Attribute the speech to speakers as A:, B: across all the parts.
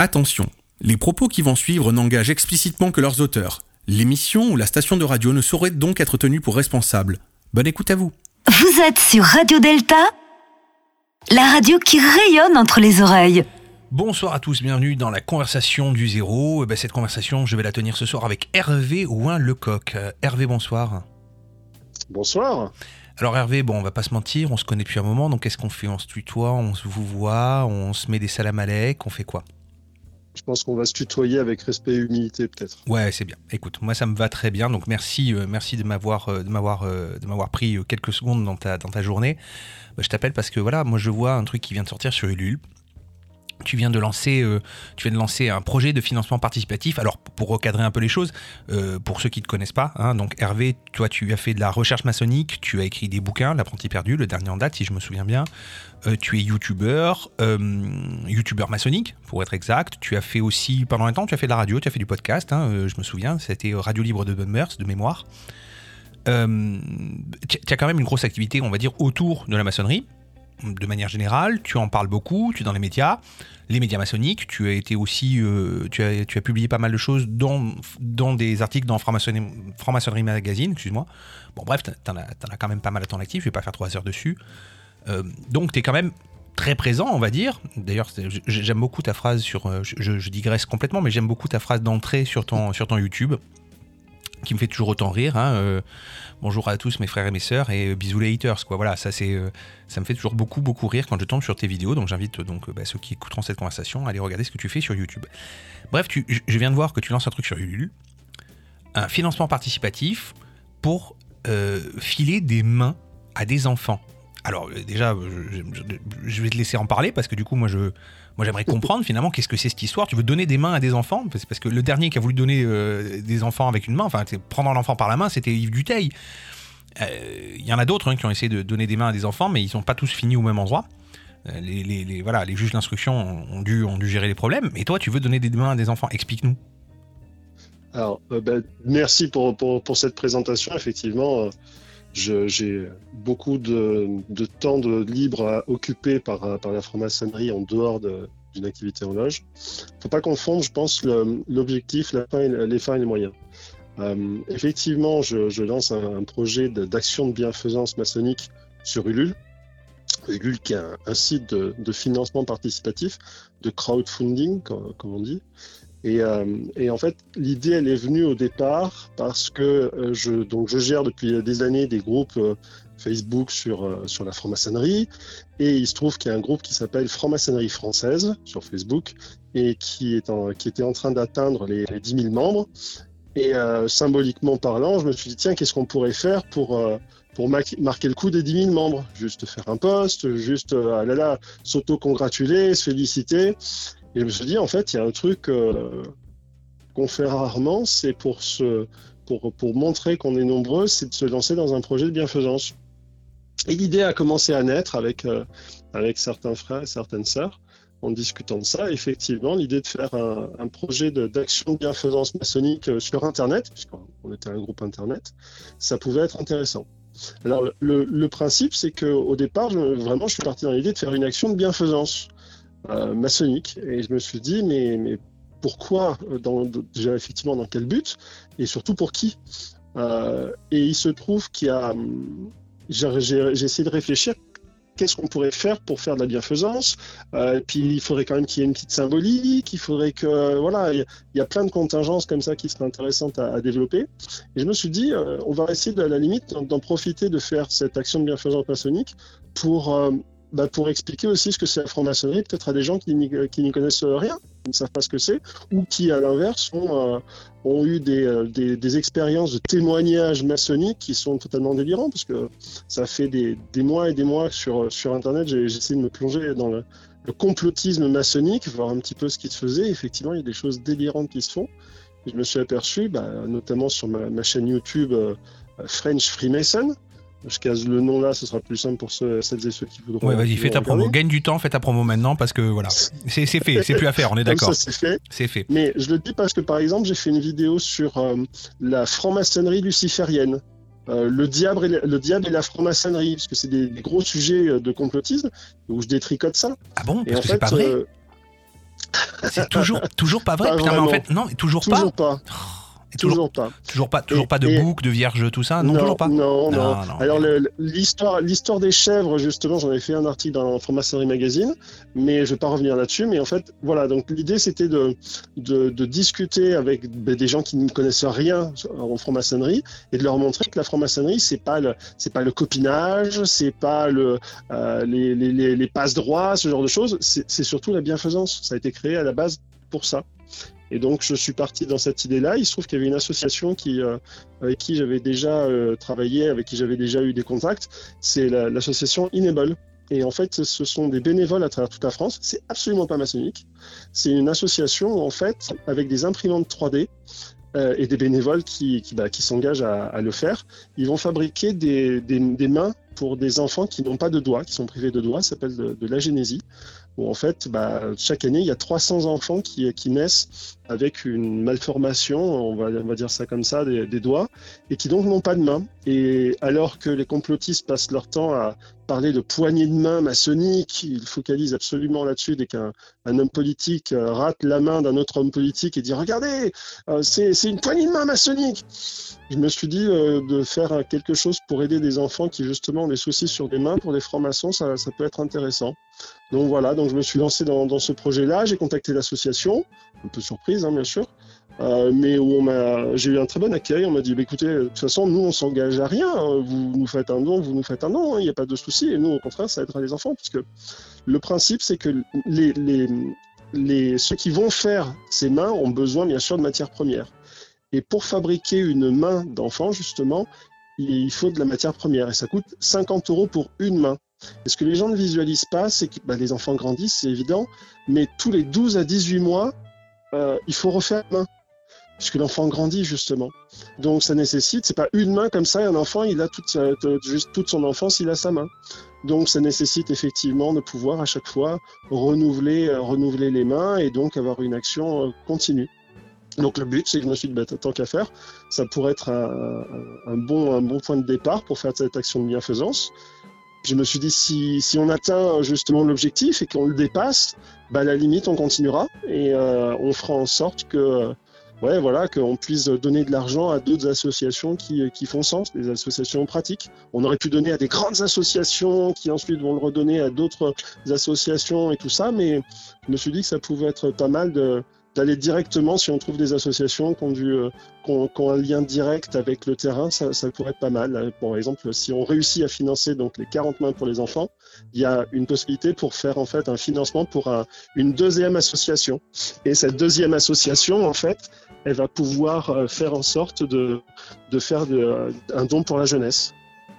A: Attention, les propos qui vont suivre n'engagent explicitement que leurs auteurs. L'émission ou la station de radio ne saurait donc être tenue pour responsable. Bonne écoute à vous.
B: Vous êtes sur Radio Delta, la radio qui rayonne entre les oreilles.
C: Bonsoir à tous, bienvenue dans la conversation du zéro. Cette conversation, je vais la tenir ce soir avec Hervé Ouin-Lecoq. Hervé, bonsoir.
D: Bonsoir.
C: Alors Hervé, on va pas se mentir, on se connaît depuis un moment, donc qu'est-ce qu'on fait ? On se tutoie, on se vous voit, on se met des salam alek, on fait quoi ?
D: Je pense qu'on va se tutoyer avec respect et humilité peut-être.
C: Ouais, c'est bien. Écoute, moi ça me va très bien, donc merci de m'avoir pris quelques secondes dans ta journée. Je t'appelle parce que voilà, moi je vois un truc qui vient de sortir sur Ulule. Tu viens de lancer un projet de financement participatif. Alors, pour recadrer un peu les choses, pour ceux qui ne te connaissent pas, donc Hervé, toi, tu as fait de la recherche maçonnique, tu as écrit des bouquins, L'apprenti perdu, le dernier en date, si je me souviens bien. Tu es youtubeur maçonnique, pour être exact. Tu as fait aussi, pendant un temps, tu as fait de la radio, tu as fait du podcast, je me souviens, c'était Radio Libre de Bonne Mœurs, de mémoire. Tu as quand même une grosse activité, on va dire, autour de la maçonnerie. De manière générale, tu en parles beaucoup, tu es dans les médias maçonniques, tu as été aussi, tu as publié pas mal de choses dans des articles dans Franc-Maçonnerie Magazine, excuse-moi. Bon bref, t'en as quand même pas mal à ton actif, je vais pas faire 3 heures dessus. Donc t'es quand même très présent, on va dire. D'ailleurs, j'aime beaucoup ta phrase sur, je digresse complètement, mais j'aime beaucoup ta phrase d'entrée sur ton YouTube, qui me fait toujours autant rire, bonjour à tous mes frères et mes sœurs et bisous les haters, quoi. Voilà, ça me fait toujours beaucoup rire quand je tombe sur tes vidéos, donc j'invite ceux qui écouteront cette conversation à aller regarder ce que tu fais sur YouTube. Bref, je viens de voir que tu lances un truc sur Ulule, un financement participatif pour filer des mains à des enfants. Alors déjà, je vais te laisser en parler parce que du coup, moi j'aimerais comprendre finalement qu'est-ce que c'est cette histoire. Tu veux donner des mains à des enfants ? Parce que le dernier qui a voulu donner des enfants avec une main, enfin prendre l'enfant par la main, c'était Yves Duteil. Il y en a d'autres qui ont essayé de donner des mains à des enfants, mais ils sont pas tous finis au même endroit. Les juges d'instruction ont dû gérer les problèmes. Et toi, tu veux donner des mains à des enfants ? Explique-nous.
D: Alors, merci pour cette présentation. Effectivement, j'ai beaucoup de temps libre à occuper par la franc-maçonnerie en dehors d'une activité en loge. Faut pas confondre, je pense, l'objectif, les fins et les moyens. Effectivement, je lance un projet d'action de bienfaisance maçonnique sur Ulule. Ulule qui est un site de financement participatif, de crowdfunding, comme on dit. Et en fait, l'idée, elle est venue au départ parce que je gère depuis des années des groupes Facebook sur la franc-maçonnerie, et il se trouve qu'il y a un groupe qui s'appelle Franc-Maçonnerie Française sur Facebook et qui était en train d'atteindre les 10 000 membres. Et symboliquement parlant, je me suis dit tiens, qu'est-ce qu'on pourrait faire pour marquer le coup des 10 000 membres ? Juste faire un post, juste s'auto-congratuler, se féliciter. Et je me suis dit, en fait, il y a un truc qu'on fait rarement, c'est pour montrer qu'on est nombreux, c'est de se lancer dans un projet de bienfaisance. Et l'idée a commencé à naître avec certains frères et certaines sœurs, en discutant de ça. Effectivement, l'idée de faire un projet d'action de bienfaisance maçonnique sur Internet, puisqu'on était un groupe Internet, ça pouvait être intéressant. Alors, le principe, c'est qu'au départ, je suis parti dans l'idée de faire une action de bienfaisance maçonnique, et je me suis dit mais pourquoi, déjà effectivement dans quel but et surtout pour qui, et il se trouve j'ai essayé de réfléchir qu'est-ce qu'on pourrait faire pour faire de la bienfaisance, puis il faudrait quand même qu'il y ait une petite symbolique, il faudrait que il y a plein de contingences comme ça qui seraient intéressantes à développer, et je me suis dit on va essayer à la limite d'en profiter de faire cette action de bienfaisance maçonnique pour expliquer aussi ce que c'est la franc-maçonnerie, peut-être à des gens qui n'y connaissent rien, qui ne savent pas ce que c'est, ou qui, à l'inverse, ont eu des expériences de témoignages maçonniques qui sont totalement délirants, parce que ça fait des mois et des mois que sur Internet, j'ai essayé de me plonger dans le complotisme maçonnique, voir un petit peu ce qui se faisait. Effectivement, il y a des choses délirantes qui se font. Et je me suis aperçu, notamment sur ma chaîne YouTube French Freemason. Je case le nom là, ce sera plus simple pour celles et ceux qui voudront.
C: Ouais, vas-y, fais ta promo. Gagne du temps, fais ta promo maintenant parce que voilà, c'est fait, c'est plus à faire, on est d'accord.
D: Comme ça, c'est fait. Mais je le dis parce que par exemple, j'ai fait une vidéo sur la franc-maçonnerie luciférienne. Le diable et la franc-maçonnerie, parce que c'est des gros sujets de complotisme où je détricote ça.
C: Ah bon ? Parce que c'est pas vrai. C'est toujours pas vrai.
D: Pas
C: Putain, mais en
D: vraiment.
C: fait, non, toujours pas.
D: Toujours pas.
C: Et
D: Toujours pas.
C: toujours pas de bouc, de vierge, tout ça. Non, toujours pas.
D: Non. Alors
C: mais
D: l'histoire des chèvres, justement, j'en ai fait un article dans Franc-Maçonnerie Magazine, mais je vais pas revenir là-dessus. Mais en fait, voilà, donc l'idée c'était de discuter avec des gens qui ne connaissent rien en franc-maçonnerie et de leur montrer que la franc-maçonnerie c'est pas le copinage, c'est pas les passe-droits, ce genre de choses. C'est surtout la bienfaisance. Ça a été créé à la base pour ça. Et donc, je suis parti dans cette idée-là. Il se trouve qu'il y avait une association avec qui j'avais déjà travaillé, avec qui j'avais déjà eu des contacts. C'est l'association Inable. Et en fait, ce sont des bénévoles à travers toute la France. C'est absolument pas maçonnique. C'est une association, en fait, avec des imprimantes 3D et des bénévoles qui s'engagent à le faire. Ils vont fabriquer des mains pour des enfants qui n'ont pas de doigts, qui sont privés de doigts. Ça s'appelle de l'agénésie. Où en fait, chaque année, il y a 300 enfants qui naissent avec une malformation, on va dire ça comme ça, des doigts, et qui donc n'ont pas de main. Et alors que les complotistes passent leur temps à parler de poignées de main maçonniques, ils focalisent absolument là-dessus dès qu'un homme politique rate la main d'un autre homme politique et dit « Regardez, c'est une poignée de main maçonnique !» Je me suis dit de faire quelque chose pour aider des enfants qui justement ont des soucis sur des mains. Pour des francs-maçons, ça peut être intéressant. Donc voilà, donc je me suis lancé dans ce projet-là. J'ai contacté l'association, un peu surprise bien sûr, mais où j'ai eu un très bon accueil. On m'a dit écoutez, de toute façon, nous on s'engage à rien. Vous nous faites un don, vous nous faites un don. Il n'y a pas de souci. Et nous, au contraire, ça aidera les enfants, puisque le principe, c'est que ceux qui vont faire ces mains ont besoin bien sûr de matières premières. Et pour fabriquer une main d'enfant, justement, il faut de la matière première. Et ça coûte 50 € pour une main. Et ce que les gens ne visualisent pas, c'est que les enfants grandissent, c'est évident, mais tous les 12 à 18 mois, il faut refaire la main, puisque l'enfant grandit, justement. Donc ça nécessite, c'est pas une main comme ça, et un enfant, il a toute son enfance, il a sa main. Donc ça nécessite effectivement de pouvoir à chaque fois renouveler les mains et donc avoir une action continue. Donc le but, c'est que je me suis dit, tant qu'à faire, ça pourrait être un bon point de départ pour faire cette action de bienfaisance. Je me suis dit, si on atteint justement l'objectif et qu'on le dépasse, à la limite, on continuera et on fera en sorte qu'on puisse donner de l'argent à d'autres associations qui font sens, des associations pratiques. On aurait pu donner à des grandes associations qui ensuite vont le redonner à d'autres associations et tout ça, mais je me suis dit que ça pouvait être pas mal d'aller directement, si on trouve des associations qui ont un lien direct avec le terrain, ça pourrait être pas mal. Par exemple, si on réussit à financer donc les 40 mains pour les enfants, il y a une possibilité pour faire en fait un financement pour une deuxième association. Et cette deuxième association, en fait, elle va pouvoir faire en sorte de faire un don pour la jeunesse.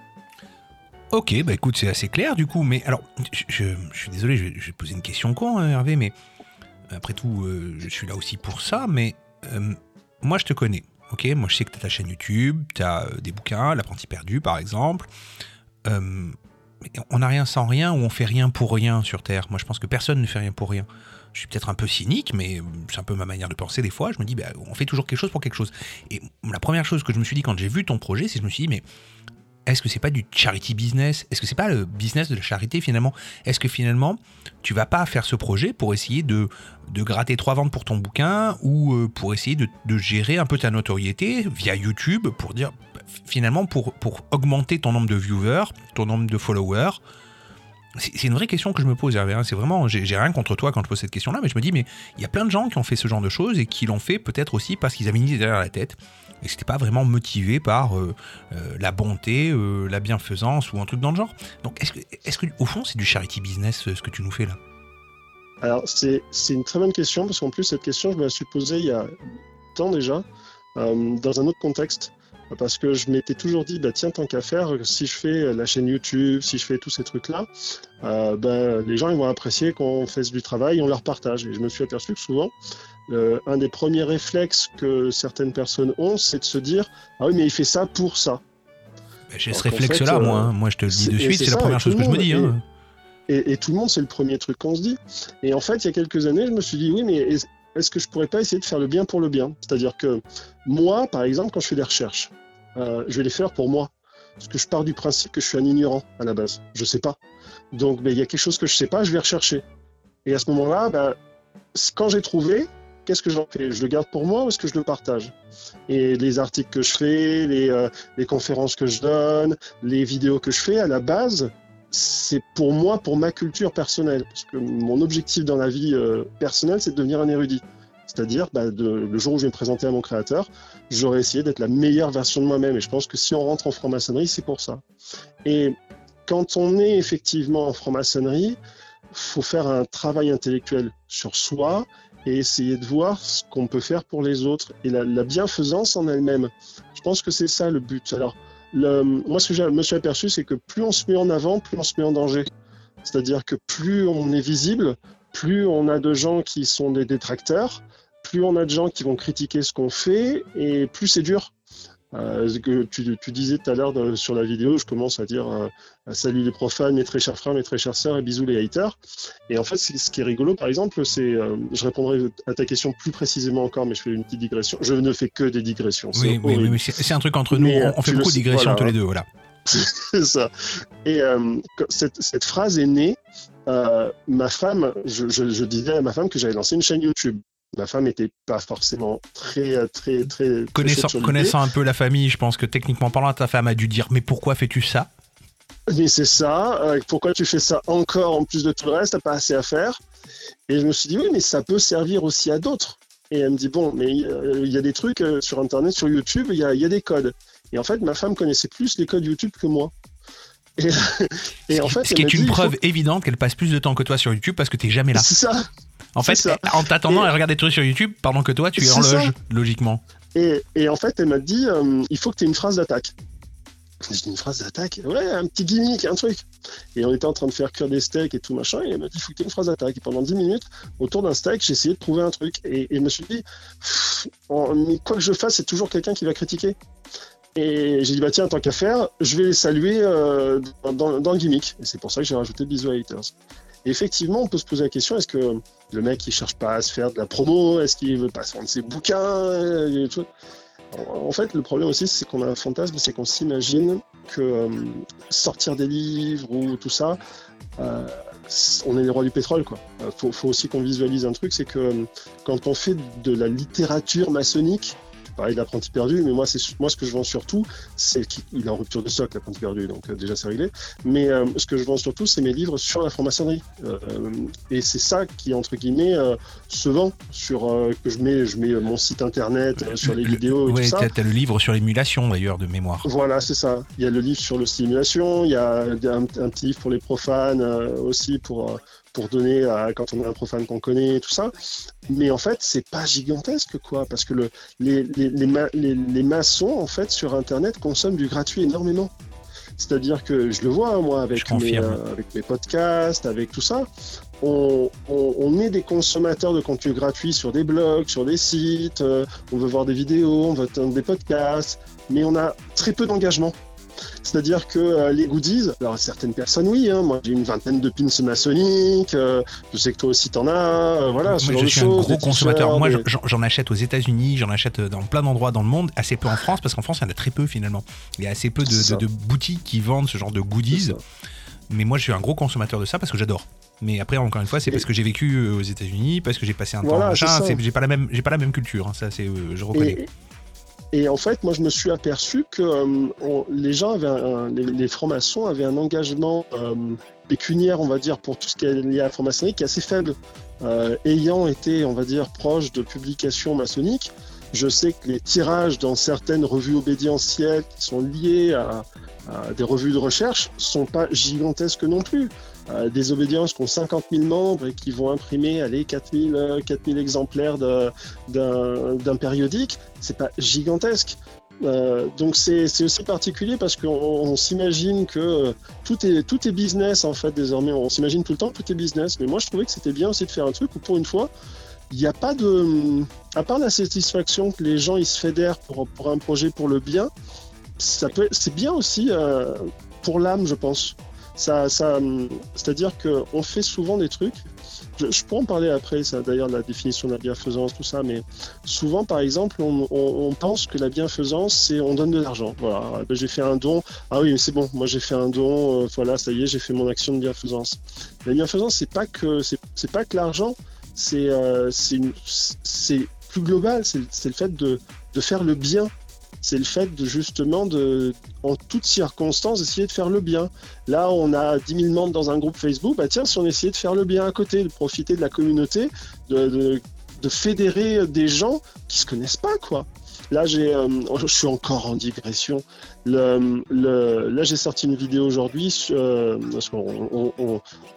C: Ok, écoute, c'est assez clair du coup, mais alors, je suis désolé, je vais poser une question con, Hervé, mais après tout, je suis là aussi pour ça, mais moi je te connais, ok ? Moi je sais que tu as ta chaîne YouTube, tu as des bouquins, L'apprenti perdu par exemple. On n'a rien sans rien ou on fait rien pour rien sur Terre. Moi je pense que personne ne fait rien pour rien. Je suis peut-être un peu cynique, mais c'est un peu ma manière de penser des fois. Je me dis, on fait toujours quelque chose pour quelque chose. Et la première chose que je me suis dit quand j'ai vu ton projet, c'est que je me suis dit, mais est-ce que c'est pas du charity business ? Est-ce que c'est pas le business de la charité finalement ? Est-ce que finalement tu vas pas faire ce projet pour essayer de gratter 3 ventes pour ton bouquin ou pour essayer de gérer un peu ta notoriété via YouTube pour dire finalement pour augmenter ton nombre de viewers, ton nombre de followers ? C'est une vraie question que je me pose, Hervé. C'est vraiment, j'ai rien contre toi quand je pose cette question-là, mais je me dis, mais il y a plein de gens qui ont fait ce genre de choses et qui l'ont fait peut-être aussi parce qu'ils avaient une idée derrière la tête et que c'était pas vraiment motivé par la bonté, la bienfaisance ou un truc dans le genre. Donc, est-ce que au fond, c'est du charity business ce que tu nous fais là ?
D: Alors, c'est une très bonne question parce qu'en plus, cette question, je me la suis posée il y a temps déjà, dans un autre contexte. Parce que je m'étais toujours dit, tiens, tant qu'à faire, si je fais la chaîne YouTube, si je fais tous ces trucs-là, les gens ils vont apprécier qu'on fasse du travail et on leur partage. Et je me suis aperçu que souvent, un des premiers réflexes que certaines personnes ont, c'est de se dire, ah oui, mais il fait ça pour ça.
C: J'ai ce réflexe-là, moi je te le dis de suite, c'est la première chose que je me dis.
D: Et tout le monde, c'est le premier truc qu'on se dit. Et en fait, il y a quelques années, je me suis dit, oui, mais est-ce que je pourrais pas essayer de faire le bien pour le bien ? C'est-à-dire que moi, par exemple, quand je fais des recherches, je vais les faire pour moi. Parce que je pars du principe que je suis un ignorant à la base. Je sais pas. Donc, il y a quelque chose que je sais pas, je vais rechercher. Et à ce moment-là, quand j'ai trouvé, qu'est-ce que j'en fais? Je le garde pour moi ou est-ce que je le partage? Et les articles que je fais, les conférences que je donne, les vidéos que je fais, à la base, c'est pour moi, pour ma culture personnelle. Parce que mon objectif dans la vie personnelle, c'est de devenir un érudit. C'est-à-dire, le jour où je vais me présenter à mon créateur, j'aurais essayé d'être la meilleure version de moi-même. Et je pense que si on rentre en franc-maçonnerie, c'est pour ça. Et quand on est effectivement en franc-maçonnerie, il faut faire un travail intellectuel sur soi et essayer de voir ce qu'on peut faire pour les autres. Et la bienfaisance en elle-même, je pense que c'est ça le but. Alors, moi, ce que je me suis aperçu, c'est que plus on se met en avant, plus on se met en danger. C'est-à-dire que plus on est visible, plus on a de gens qui sont des détracteurs, plus on a de gens qui vont critiquer ce qu'on fait, et plus c'est dur. Que tu disais tout à l'heure sur la vidéo, je commence à dire salut les profanes, mes très chers frères, mes très chères sœurs, et bisous les haters. Et en fait, ce qui est rigolo, par exemple, c'est, je répondrai à ta question plus précisément encore, mais je fais une petite digression. Je ne fais que des digressions.
C: Oui, c'est un truc entre nous, on fait beaucoup de digressions tous les deux, voilà.
D: C'est ça. Et cette phrase est née. Ma femme, je disais à ma femme que j'avais lancé une chaîne YouTube. Ma femme n'était pas forcément très
C: connaissant un peu la famille, je pense que techniquement parlant, ta femme a dû dire mais pourquoi fais-tu ça?
D: Mais c'est ça, pourquoi tu fais ça encore en plus de tout le reste, t'as pas assez à faire? Et je me suis dit oui, mais ça peut servir aussi à d'autres. Et elle me dit bon, mais il y a des trucs sur internet, sur YouTube, il y a des codes. Et en fait, ma femme connaissait plus les codes YouTube que moi. Et en fait,
C: ce qui est une preuve évidente qu'elle passe plus de temps que toi sur YouTube parce que t'es jamais là.
D: C'est ça.
C: En fait, en t'attendant, elle regarde des trucs sur YouTube pendant que toi, tu es en loge, logiquement.
D: Et en fait, elle m'a dit, il faut que tu aies une phrase d'attaque. J'ai dit, une phrase d'attaque? Ouais, un petit gimmick, un truc. Et on était en train de faire cuire des steaks et tout machin, et elle m'a dit, il faut que tu aies une phrase d'attaque. Et pendant 10 minutes, autour d'un steak, j'ai essayé de trouver un truc. Et je me suis dit, mais quoi que je fasse, c'est toujours quelqu'un qui va critiquer. Et j'ai dit, tiens, tant qu'à faire, je vais les saluer dans le gimmick. Et c'est pour ça que j'ai rajouté bisous haters. Et effectivement, on peut se poser la question, est-ce que le mec, il cherche pas à se faire de la promo? Est-ce qu'il veut pas se vendre ses bouquins? En fait, le problème aussi, c'est qu'on a un fantasme, c'est qu'on s'imagine que sortir des livres ou tout ça, on est les rois du pétrole, quoi. Faut aussi qu'on visualise un truc, c'est que quand on fait de la littérature maçonnique, pareil d'Apprenti perdu, mais moi ce que je vends surtout, c'est qu'il est en rupture de stock, l'Apprenti perdu, donc déjà c'est réglé. Mais ce que je vends surtout, c'est mes livres sur la franc-maçonnerie. Et c'est ça qui, entre guillemets, se vend sur que je mets mon site internet sur les vidéos et tout ça.
C: T'as le livre sur l'émulation d'ailleurs de mémoire.
D: Voilà, c'est ça. Il y a le livre sur le stimulation, il y a un petit livre pour les profanes aussi pour donner quand on a un profane qu'on connaît et tout ça. Mais en fait, c'est pas gigantesque, quoi, parce que les maçons, en fait, sur Internet, consomment du gratuit énormément. C'est-à-dire que je le vois, moi, avec mes podcasts, avec tout ça, on est des consommateurs de contenu gratuit sur des blogs, sur des sites, on veut voir des vidéos, on veut entendre des podcasts, mais on a très peu d'engagement. C'est-à-dire que les goodies, alors certaines personnes oui, moi j'ai une vingtaine de pins maçonniques, je sais que toi aussi t'en as, voilà, ce genre de choses.
C: Moi je suis un gros consommateur, moi j'en achète aux États-Unis, j'en achète dans plein d'endroits dans le monde, assez peu en France, parce qu'en France il y en a très peu finalement. Il y a assez peu de boutiques qui vendent ce genre de goodies, mais moi je suis un gros consommateur de ça parce que j'adore. Mais après, encore une fois, c'est parce que j'ai vécu aux États-Unis, parce que j'ai passé un temps machin, j'ai pas la même culture, ça c'est, je reconnais.
D: Et en fait, moi, je me suis aperçu que les gens les francs-maçons avaient un engagement pécuniaire, on va dire, pour tout ce qui est lié à la franc-maçonnerie, qui est assez faible. Ayant été, on va dire, proche de publications maçonniques, je sais que les tirages dans certaines revues obédientielles qui sont liées à des revues de recherche sont pas gigantesques non plus. Des obédiences qui ont 50 000 membres et qui vont imprimer 4000 exemplaires d'un périodique, c'est pas gigantesque. Donc c'est aussi particulier parce qu'on s'imagine que tout est business en fait désormais. On s'imagine tout le temps que tout est business. Mais moi je trouvais que c'était bien aussi de faire un truc où pour une fois, il n'y a pas à part la satisfaction que les gens ils se fédèrent pour un projet pour le bien, c'est bien aussi pour l'âme, je pense. C'est-à-dire qu'on fait souvent des trucs, je pourrais en parler après, ça d'ailleurs la définition de la bienfaisance, tout ça, mais souvent par exemple on pense que la bienfaisance c'est on donne de l'argent, voilà, j'ai fait un don, ah oui mais c'est bon, moi j'ai fait un don, voilà ça y est j'ai fait mon action de bienfaisance. La bienfaisance c'est pas que l'argent, c'est plus global, c'est le fait de faire le bien. C'est le fait de justement, en toutes circonstances, essayer de faire le bien. Là, on a 10 000 membres dans un groupe Facebook. Bah tiens, si on essayait de faire le bien à côté, de profiter de la communauté, de fédérer des gens qui se connaissent pas, quoi. Là, je suis encore en digression. Là, j'ai sorti une vidéo aujourd'hui parce qu'on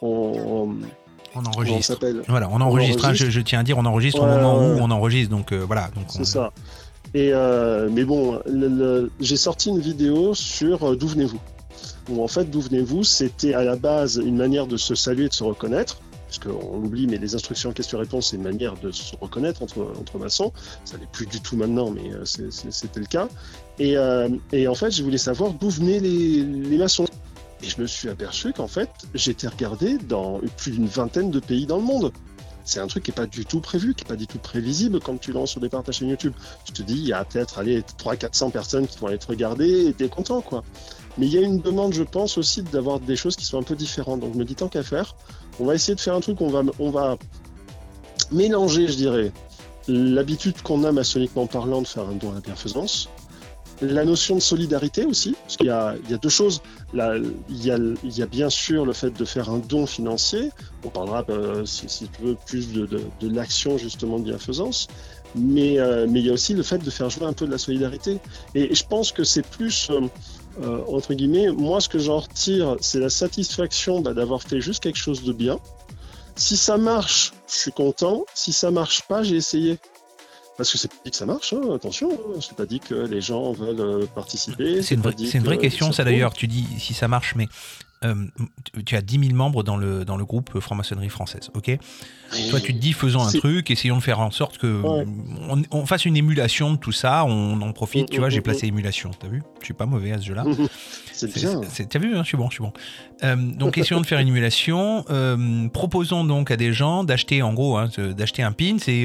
C: on enregistre.
D: On s'appelle.
C: Voilà, on enregistre. Je tiens à dire, on enregistre au moment où on enregistre. Donc voilà.
D: C'est ça. Et mais bon, j'ai sorti une vidéo sur d'où venez-vous. Où en fait, d'où venez-vous, c'était à la base une manière de se saluer, de se reconnaître. Parce qu'on l'oublie, mais les instructions questions-réponses, c'est une manière de se reconnaître entre maçons. Ça n'est plus du tout maintenant, mais c'était le cas. Et en fait, je voulais savoir d'où venaient les maçons. Et je me suis aperçu qu'en fait, j'étais regardé dans plus d'une vingtaine de pays dans le monde. C'est un truc qui n'est pas du tout prévu, qui n'est pas du tout prévisible quand tu lances au départ ta chaîne YouTube. Tu te dis, il y a peut-être 300-400 personnes qui vont aller te regarder et t'es content, quoi. Mais il y a une demande, je pense, aussi d'avoir des choses qui sont un peu différentes. Donc je me dis, tant qu'à faire, on va essayer de faire un truc, on va mélanger, je dirais, l'habitude qu'on a maçonniquement parlant de faire un don à la bienfaisance, la notion de solidarité aussi, parce qu'il y a deux choses. Là, il y a bien sûr le fait de faire un don financier. On parlera, si tu veux, plus de l'action justement de bienfaisance. Mais il y a aussi le fait de faire jouer un peu de la solidarité. Et je pense que c'est plus, entre guillemets, moi ce que j'en retire, c'est la satisfaction d'avoir fait juste quelque chose de bien. Si ça marche, je suis content. Si ça marche pas, j'ai essayé. Parce que c'est pas dit que ça marche, hein, attention, c'est pas dit que les gens veulent participer.
C: C'est une vraie question, ça d'ailleurs. Tu dis si ça marche, mais tu as 10 000 membres dans le groupe franc-maçonnerie française, ok ? Oui. Toi, tu te dis faisons un truc, essayons de faire en sorte que on fasse une émulation de tout ça, on en profite. Tu vois, j'ai placé émulation, t'as vu ? Je suis pas mauvais à ce jeu-là.
D: C'est bien.
C: T'as vu, hein, je suis bon. Donc, essayons de faire une émulation. Proposons donc à des gens d'acheter, en gros, d'acheter un pin. C'est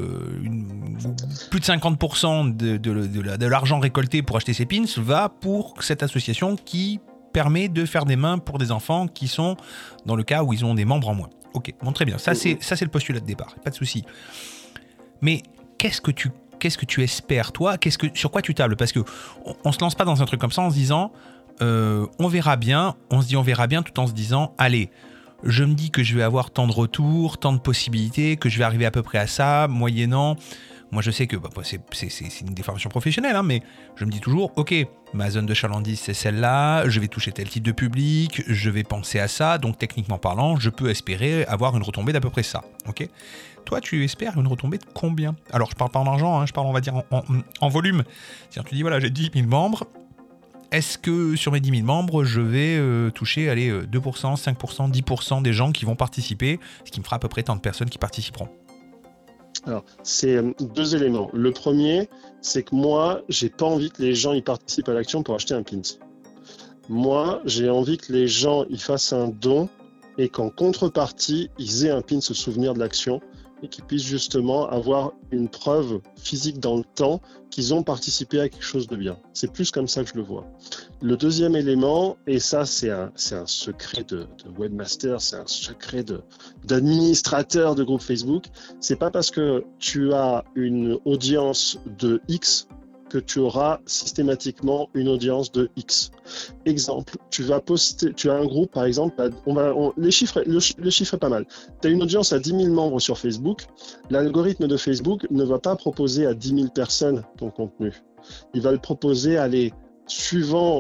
C: plus de 50% de l'argent récolté pour acheter ces pins va pour cette association qui permet de faire des mains pour des enfants qui sont dans le cas où ils ont des membres en moins. Ok, bon, très bien. Ça, c'est le postulat de départ. Pas de souci. Mais qu'est-ce que tu espères, toi ? Sur quoi tu tables ? Parce que on se lance pas dans un truc comme ça en se disant on verra bien. On se dit on verra bien tout en se disant allez, je me dis que je vais avoir tant de retours, tant de possibilités, que je vais arriver à peu près à ça, moyennant. Moi, je sais que c'est une déformation professionnelle, hein, mais je me dis toujours, ok, ma zone de chalandise, c'est celle-là, je vais toucher tel type de public, je vais penser à ça, donc techniquement parlant, je peux espérer avoir une retombée d'à peu près ça, ok ? Toi, tu espères une retombée de combien ? Alors, je parle pas en argent, hein, je parle, on va dire, en volume. C'est-à-dire, tu dis, voilà, j'ai 10 000 membres, est-ce que sur mes 10 000 membres, je vais toucher, 2%, 5%, 10% des gens qui vont participer, ce qui me fera à peu près tant de personnes qui participeront ?
D: Alors, c'est deux éléments. Le premier, c'est que moi, j'ai pas envie que les gens y participent à l'action pour acheter un pins. Moi, j'ai envie que les gens y fassent un don et qu'en contrepartie, ils aient un pins se souvenir de l'action et qu'ils puissent justement avoir une preuve physique dans le temps qu'ils ont participé à quelque chose de bien. C'est plus comme ça que je le vois. Le deuxième élément, et ça c'est un secret de webmaster, c'est un secret d'administrateur de groupe Facebook, c'est pas parce que tu as une audience de X que tu auras systématiquement une audience de X. Exemple, tu as un groupe par exemple, le chiffre est pas mal. Tu as une audience à 10 000 membres sur Facebook, l'algorithme de Facebook ne va pas proposer à 10 000 personnes ton contenu. Il va le proposer suivant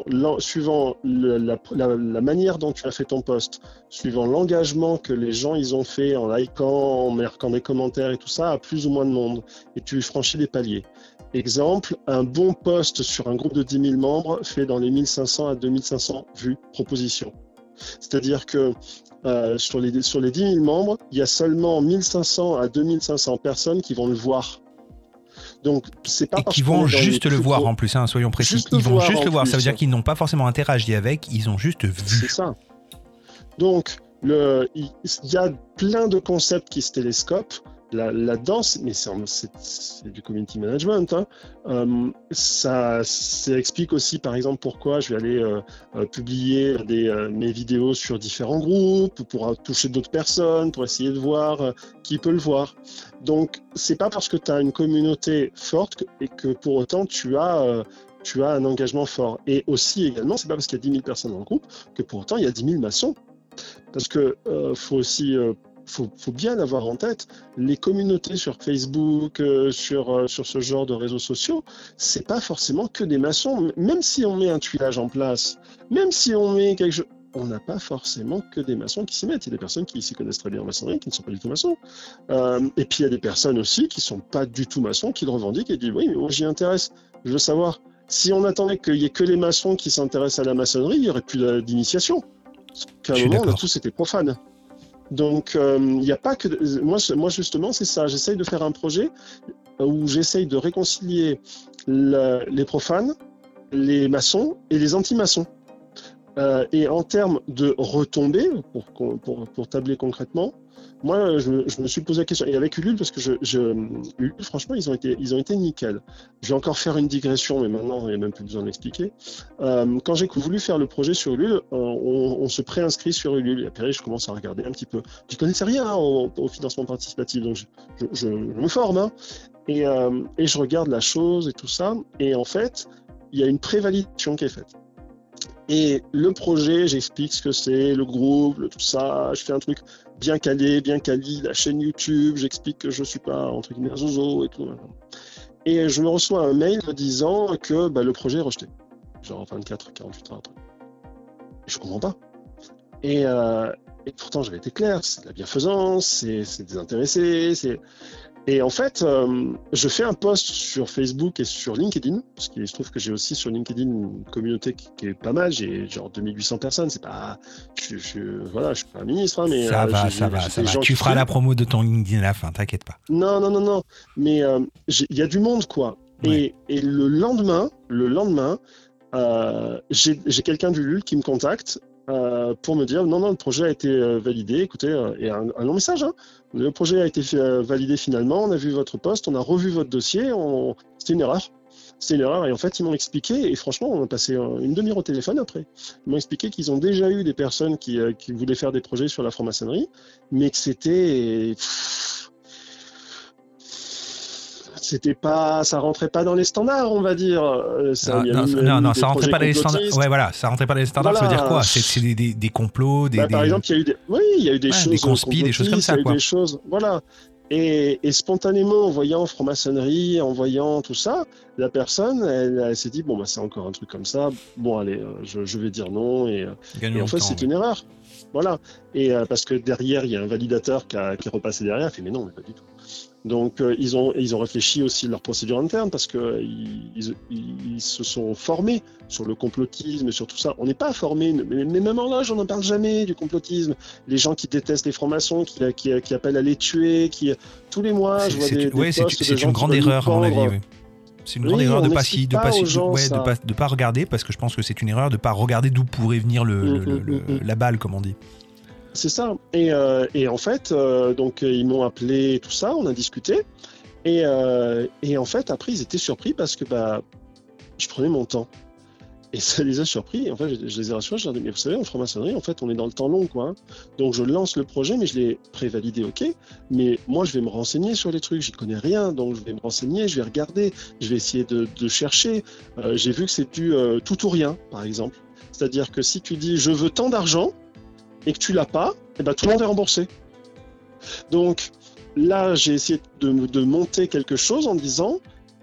D: la manière dont tu as fait ton post, suivant l'engagement que les gens ils ont fait en likant, en marquant des commentaires et tout ça, à plus ou moins de monde. Et tu franchis des paliers. Exemple, un bon post sur un groupe de 10 000 membres fait dans les 1500 à 2500 vues proposition. C'est-à-dire que sur les 10 000 membres, il y a seulement 1500 à 2500 personnes qui vont le voir. Donc, c'est pas
C: et qui vont juste le voir en plus, hein, soyons précis. Ils vont juste le voir, ça veut dire qu'ils n'ont pas forcément interagi avec, ils ont juste vu.
D: C'est ça. Donc, il y a plein de concepts qui se télescopent. là-dedans, mais c'est du community management. Ça explique aussi, par exemple, pourquoi je vais aller publier mes vidéos sur différents groupes pour toucher d'autres personnes, pour essayer de voir qui peut le voir. Donc, c'est pas parce que tu as une communauté forte et que pour autant tu as un engagement fort. Et aussi, également, c'est pas parce qu'il y a 10 000 personnes dans le groupe que pour autant il y a 10 000 maçons. Parce que faut aussi... faut bien avoir en tête, les communautés sur Facebook, sur ce genre de réseaux sociaux, c'est pas forcément que des maçons. Même si on met un tuilage en place, même si on met quelque chose, on n'a pas forcément que des maçons qui s'y mettent. Il y a des personnes qui s'y connaissent très bien en maçonnerie, qui ne sont pas du tout maçons. Et puis il y a des personnes aussi qui sont pas du tout maçons, qui le revendiquent et disent oui, mais moi j'y intéresse, je veux savoir. Si on attendait qu'il y ait que les maçons qui s'intéressent à la maçonnerie, il n'y aurait plus d'initiation. Parce qu'à un moment, on a tous été profanes. Donc, il n'y a pas que... Moi, justement, c'est ça. J'essaye de faire un projet où j'essaye de réconcilier les profanes, les maçons et les anti-maçons. Et en termes de retombées, pour tabler concrètement, moi, je me suis posé la question. Et avec Ulule, parce que Ulule, franchement, ils ont été nickel. Je vais encore faire une digression, mais maintenant, il n'y a même plus besoin d'expliquer. Quand j'ai voulu faire le projet sur Ulule, on se préinscrit sur Ulule. Et après, je commence à regarder un petit peu. Je ne connaissais rien au financement participatif, donc je me forme. Hein. Et je regarde la chose et tout ça. Et en fait, il y a une prévalidation qui est faite. Et le projet, j'explique ce que c'est, le groupe, tout ça. Je fais un truc bien calé, bien quali, la chaîne YouTube. J'explique que je suis pas, entre guillemets, un zozo et tout. Et je me reçois un mail me disant que le projet est rejeté. Genre 24, 48 heures après. Et je comprends pas. Et pourtant, j'avais été clair, c'est de la bienfaisance, c'est désintéressé, Et en fait, je fais un post sur Facebook et sur LinkedIn, parce qu'il se trouve que j'ai aussi sur LinkedIn une communauté qui est pas mal, j'ai genre 2800 personnes, c'est pas... Je suis pas un ministre, hein, mais...
C: Ça va. Tu feras la promo de ton LinkedIn à la fin, t'inquiète pas.
D: Non, mais il y a du monde, quoi. Ouais. Et le lendemain, j'ai quelqu'un du LUL qui me contacte, pour me dire non, le projet a été validé, écoutez, et un long message, hein. Le projet a été validé finalement, on a vu votre poste, on a revu votre dossier, c'était une erreur, et en fait ils m'ont expliqué, et franchement on a passé une demi-heure au téléphone après, ils m'ont expliqué qu'ils ont déjà eu des personnes qui voulaient faire des projets sur la franc-maçonnerie, mais que ça rentrait pas dans les standards, on va dire.
C: Non, ça rentrait pas dans les standards. Ouais, voilà, ça rentrait pas dans les standards. Voilà. Ça veut dire quoi ? C'est des complots,
D: par exemple, il y a eu des choses,
C: des conspis, des choses comme ça, quoi.
D: Des choses, voilà. Et spontanément, en voyant franc-maçonnerie, en voyant tout ça, la personne, elle s'est dit c'est encore un truc comme ça. Bon, allez, je vais dire non. Et en fait, c'est une erreur. Voilà. Et parce que derrière, il y a un validateur qui est repassé derrière, il fait mais non, mais pas du tout. Donc ils ont réfléchi aussi à leur procédure interne parce que ils se sont formés sur le complotisme et sur tout ça. On n'est pas formés, mais même en loge, on n'en parle jamais du complotisme. Les gens qui détestent les francs-maçons, qui appellent à les tuer, tous les mois, je vois des posts
C: c'est une grande erreur à mon avis. Oui. C'est une grande erreur de ne pas regarder, parce que je pense que c'est une erreur de ne pas regarder d'où pourrait venir la balle, comme on dit.
D: C'est ça. Et en fait, donc ils m'ont appelé, tout ça, on a discuté. Et en fait, après, ils étaient surpris parce que je prenais mon temps. Et ça les a surpris. En fait, je les ai rassurés. Je leur ai dit, mais vous savez, en franc-maçonnerie, en fait, on est dans le temps long, quoi. Donc, je lance le projet, mais je l'ai prévalidé, ok. Mais moi, je vais me renseigner sur les trucs. J'y connais rien, donc je vais me renseigner, je vais regarder, je vais essayer de chercher. J'ai vu que c'est du tout ou rien, par exemple. C'est-à-dire que si tu dis, je veux tant d'argent, et que tu l'as pas, tout le monde est remboursé. Donc là, j'ai essayé de monter quelque chose en disant,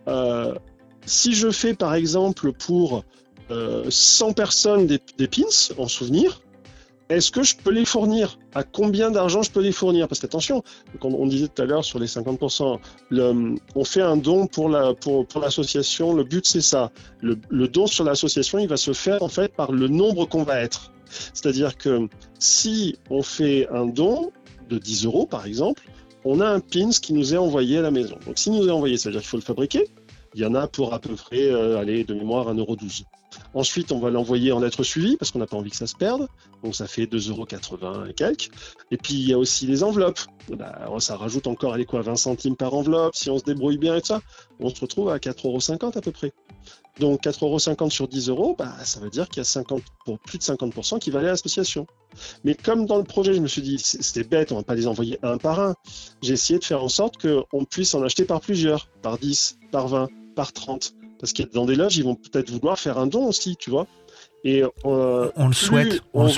D: si je fais par exemple pour 100 personnes des pins en souvenir, est-ce que je peux les fournir ? À combien d'argent je peux les fournir ? Parce qu'attention, comme on disait tout à l'heure sur les 50%, on fait un don pour l'association, le but c'est ça. Le don sur l'association, il va se faire en fait par le nombre qu'on va être. C'est-à-dire que si on fait un don de 10 € par exemple, on a un pins qui nous est envoyé à la maison. Donc s'il nous est envoyé, ça veut dire qu'il faut le fabriquer. Il y en a pour à peu près, de mémoire, 1,12 €. Ensuite, on va l'envoyer en lettres suivies parce qu'on n'a pas envie que ça se perde. Donc, ça fait 2,80 € et quelques. Et puis, il y a aussi les enveloppes. Ça rajoute encore, 20 centimes par enveloppe. Si on se débrouille bien et tout ça, on se retrouve à 4,50 € à peu près. Donc 4,50 € sur 10 €, ça veut dire qu'il y a plus de 50% qui va aller à l'association. Mais comme dans le projet, je me suis dit, c'était bête, on ne va pas les envoyer un par un. J'ai essayé de faire en sorte qu'on puisse en acheter par plusieurs, par 10, par 20, par 30. Parce qu'il y a dans des loges, ils vont peut-être vouloir faire un don aussi, tu vois. Et
C: on le souhaite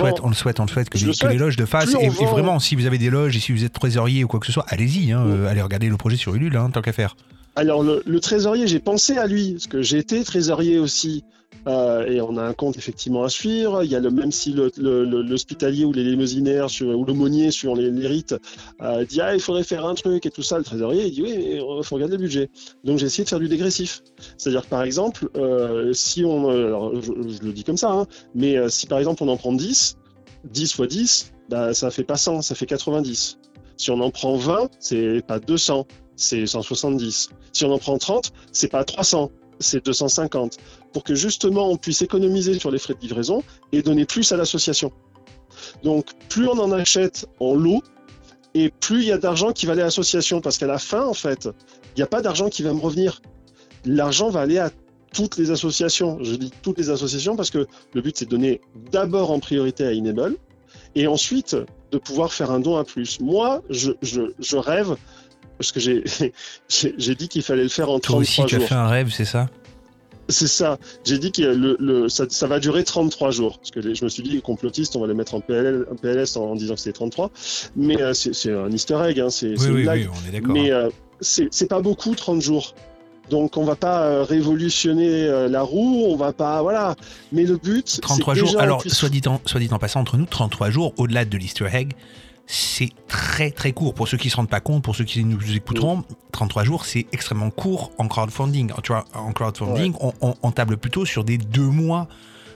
C: que les loges le fassent. Et vraiment, si vous avez des loges et si vous êtes trésorier ou quoi que ce soit, allez-y, allez regarder le projet sur Ulule, tant qu'à faire.
D: Alors, le trésorier, j'ai pensé à lui, parce que j'ai été trésorier aussi, et on a un compte effectivement à suivre. Il y a même si l'hospitalier ou les limousinaires ou l'aumônier sur les rites dit il faudrait faire un truc et tout ça, le trésorier il dit oui, mais il faut regarder le budget. Donc j'ai essayé de faire du dégressif. C'est-à-dire que par exemple, si alors je le dis comme ça, mais si par exemple on en prend 10 fois 10, ça fait pas 100, ça fait 90. Si on en prend 20, c'est pas 200. C'est 170. Si on en prend 30, c'est pas 300, c'est 250. Pour que justement on puisse économiser sur les frais de livraison et donner plus à l'association. Donc plus on en achète en lot, et plus il y a d'argent qui va aller à l'association. Parce qu'à la fin, en fait, il n'y a pas d'argent qui va me revenir. L'argent va aller à toutes les associations. Je dis toutes les associations parce que le but c'est de donner d'abord en priorité à Enable et ensuite de pouvoir faire un don à plus. Moi, je rêve. Parce que j'ai dit qu'il fallait le faire en 33 jours.
C: Toi aussi, tu as fait un rêve, c'est ça ?
D: C'est ça. J'ai dit que ça va durer 33 jours. Parce que je me suis dit, les complotistes, on va les mettre en PLS en disant que c'était 33. Mais c'est un easter egg, c'est une blague.
C: Oui, on est d'accord.
D: Mais c'est pas beaucoup, 30 jours. Donc on va pas révolutionner la roue, on va pas... Voilà. Mais le but,
C: 33
D: c'est
C: jours.
D: déjà...
C: Alors, soit dit en passant, entre nous, 33 jours, au-delà de l'easter egg, c'est très très court. Pour ceux qui ne se rendent pas compte, pour ceux qui nous écouteront, 33 jours, c'est extrêmement court en crowdfunding. Tu vois, en crowdfunding, on table plutôt sur des 2 mois,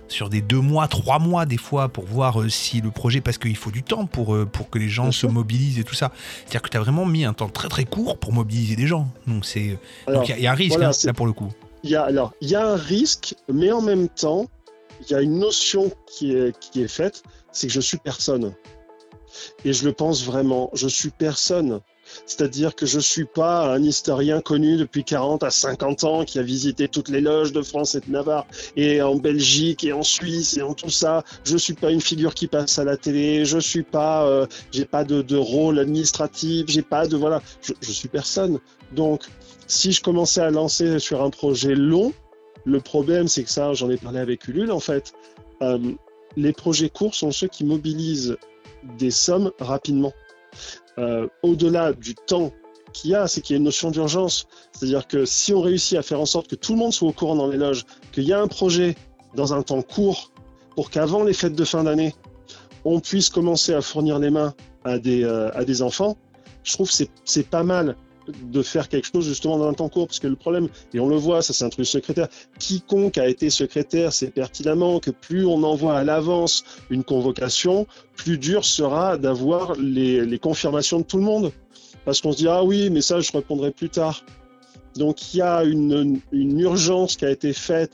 C: 3 mois des fois, pour voir si le projet, parce qu'il faut du temps pour que les gens se mobilisent et tout ça. C'est-à-dire que tu as vraiment mis un temps très très court pour mobiliser des gens. Donc il y a un risque là pour le coup.
D: Il y a un risque, mais en même temps, il y a une notion qui est faite, c'est que je suis personne. Et je le pense vraiment, je suis personne. C'est-à-dire que je ne suis pas un historien connu depuis 40 à 50 ans qui a visité toutes les loges de France et de Navarre, et en Belgique et en Suisse et en tout ça. Je ne suis pas une figure qui passe à la télé, je suis pas, j'ai pas de rôle administratif, j'ai pas de... Voilà, je suis personne. Donc, si je commençais à lancer sur un projet long, le problème, c'est que ça, j'en ai parlé avec Ulule, en fait, les projets courts sont ceux qui mobilisent des sommes rapidement. Au-delà du temps qu'il y a, c'est qu'il y a une notion d'urgence. C'est-à-dire que si on réussit à faire en sorte que tout le monde soit au courant dans les loges, qu'il y a un projet dans un temps court pour qu'avant les fêtes de fin d'année, on puisse commencer à fournir les mains à des enfants, je trouve que c'est pas mal de faire quelque chose justement dans un temps court, parce que le problème, et on le voit, ça c'est un truc secrétaire, quiconque a été secrétaire sait pertinemment que plus on envoie à l'avance une convocation, plus dur sera d'avoir les confirmations de tout le monde, parce qu'on se dit ah oui mais ça je répondrai plus tard. Donc il y a une urgence qui a été faite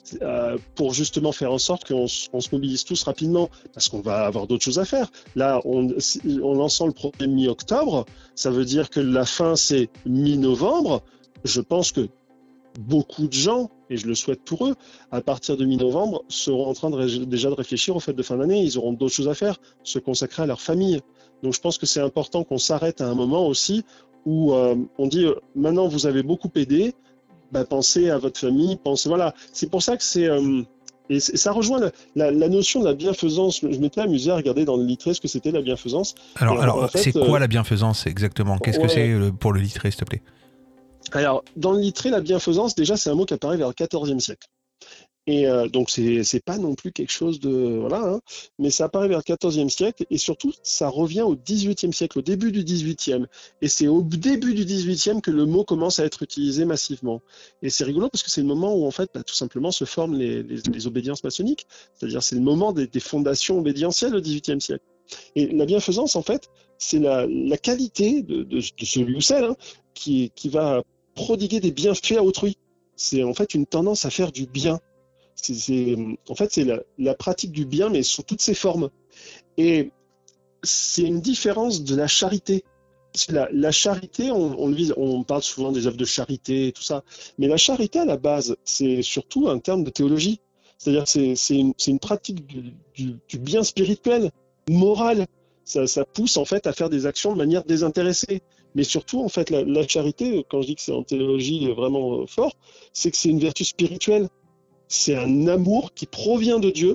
D: pour justement faire en sorte qu'on se mobilise tous rapidement, parce qu'on va avoir d'autres choses à faire. Là, en lançant le projet mi-octobre, ça veut dire que la fin, c'est mi-novembre. Je pense que beaucoup de gens, et je le souhaite pour eux, à partir de mi-novembre, seront en train déjà de réfléchir aux fêtes de fin d'année. Ils auront d'autres choses à faire, se consacrer à leur famille. Donc je pense que c'est important qu'on s'arrête à un moment aussi où on dit maintenant vous avez beaucoup aidé, pensez à votre famille, voilà. C'est pour ça que c'est... et ça rejoint la notion de la bienfaisance. Je m'étais amusé à regarder dans le littré ce que c'était la bienfaisance.
C: Alors en fait, c'est quoi la bienfaisance exactement ? Qu'est-ce que c'est pour le littré, s'il te plaît ?
D: Alors, dans le littré, la bienfaisance, déjà, c'est un mot qui apparaît vers le XIVe siècle. Et donc, c'est pas non plus quelque chose de... Voilà, mais ça apparaît vers le XIVe siècle, et surtout, ça revient au XVIIIe siècle, au début du XVIIIe. Et c'est au début du XVIIIe que le mot commence à être utilisé massivement. Et c'est rigolo parce que c'est le moment où, en fait, tout simplement se forment les obédiences maçonniques. C'est-à-dire, c'est le moment des fondations obédientielles au XVIIIe siècle. Et la bienfaisance, en fait, c'est la qualité de celui ou celle qui va prodiguer des bienfaits à autrui. C'est en fait une tendance à faire du bien. en fait, c'est la pratique du bien, mais sous toutes ses formes. Et c'est une différence de la charité. Parce que la charité, on parle souvent des œuvres de charité et tout ça, mais la charité à la base, c'est surtout un terme de théologie. C'est-à-dire que c'est une pratique du bien spirituel, moral. Ça pousse en fait à faire des actions de manière désintéressée. Mais surtout, en fait, la charité, quand je dis que c'est en théologie vraiment fort, c'est que c'est une vertu spirituelle. C'est un amour qui provient de Dieu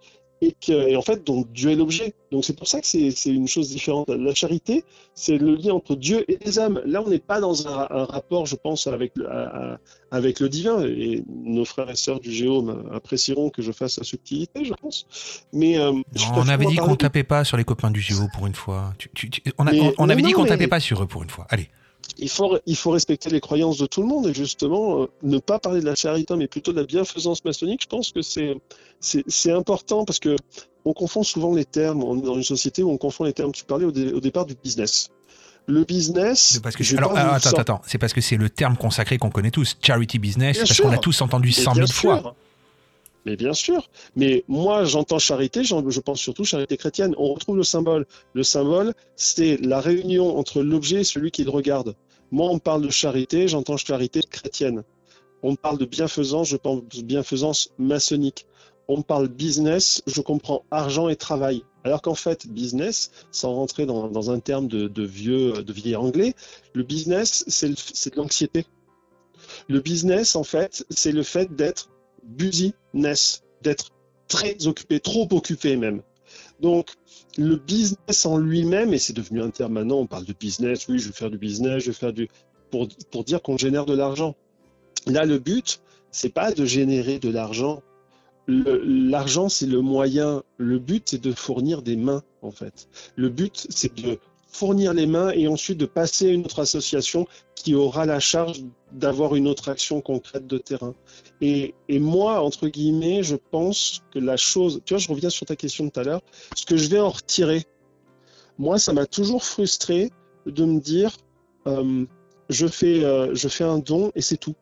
D: et en fait, donc Dieu est l'objet. Donc c'est pour ça que c'est une chose différente. La charité, c'est le lien entre Dieu et les âmes. Là, on n'est pas dans un rapport, je pense, avec le divin. Et nos frères et sœurs du Géo apprécieront que je fasse la subtilité, je pense. Mais
C: on avait dit qu'on tapait pas sur les copains du Géo pour une fois. On avait dit qu'on tapait pas sur eux pour une fois. Allez.
D: Il faut respecter les croyances de tout le monde et justement ne pas parler de la charité mais plutôt de la bienfaisance maçonnique. Je pense que c'est important parce que on confond souvent les termes. On est dans une société où on confond les termes. Tu parlais au départ du business. Le business.
C: Attends. C'est parce que c'est le terme consacré qu'on connaît tous. Charity business. Bien parce sûr. Qu'on l'a tous entendu 100 000 fois.
D: Mais bien sûr. Mais moi, j'entends charité, je pense surtout charité chrétienne. On retrouve le symbole. Le symbole, c'est la réunion entre l'objet et celui qui le regarde. Moi, on parle de charité, j'entends charité chrétienne. On parle de bienfaisance, je pense de bienfaisance maçonnique. On parle business, je comprends argent et travail. Alors qu'en fait, business, sans rentrer dans un terme de vieil anglais, le business, c'est de l'anxiété. Le business, en fait, c'est le fait d'être busyness, d'être très occupé, trop occupé même. Donc, le business en lui-même, et c'est devenu un terme maintenant, on parle de business, oui, je vais faire du business, pour dire qu'on génère de l'argent. Là, le but, c'est pas de générer de l'argent. L'argent, c'est le moyen. Le but, c'est de fournir des mains, en fait. Le but, c'est de fournir les mains et ensuite de passer à une autre association qui aura la charge d'avoir une autre action concrète de terrain. Et moi, entre guillemets, je pense que la chose... Tu vois, je reviens sur ta question de tout à l'heure. Ce que je vais en retirer, moi, ça m'a toujours frustré de me dire je fais un don et c'est tout.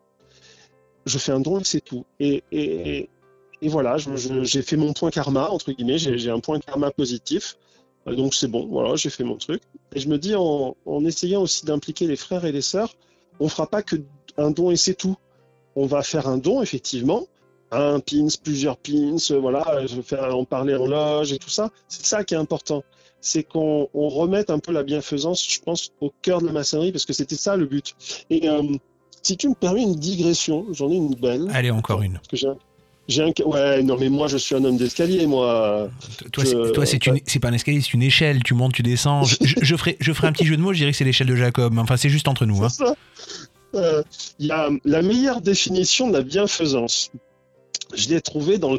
D: Je fais un don et c'est tout. Et voilà, j'ai fait mon point karma, entre guillemets. J'ai un point karma positif. Donc c'est bon, voilà, j'ai fait mon truc. Et je me dis, en essayant aussi d'impliquer les frères et les sœurs, on fera pas que un don et c'est tout. On va faire un don, effectivement, un pins, plusieurs pins, voilà, je vais en parler en loge et tout ça. C'est ça qui est important. C'est qu'on remette un peu la bienfaisance, je pense, au cœur de la maçonnerie, parce que c'était ça le but. Et si tu me permets une digression, j'en ai une belle.
C: Allez, encore une.
D: Parce que ouais, non, mais moi, je suis un homme d'escalier, moi.
C: Toi, c'est pas un escalier, c'est une échelle. Tu montes, tu descends. Je ferai un petit jeu de mots, je dirais que c'est l'échelle de Jacob. Enfin, c'est juste entre nous. Hein.
D: C'est ça. Y a la meilleure définition de la bienfaisance. Je l'ai trouvé dans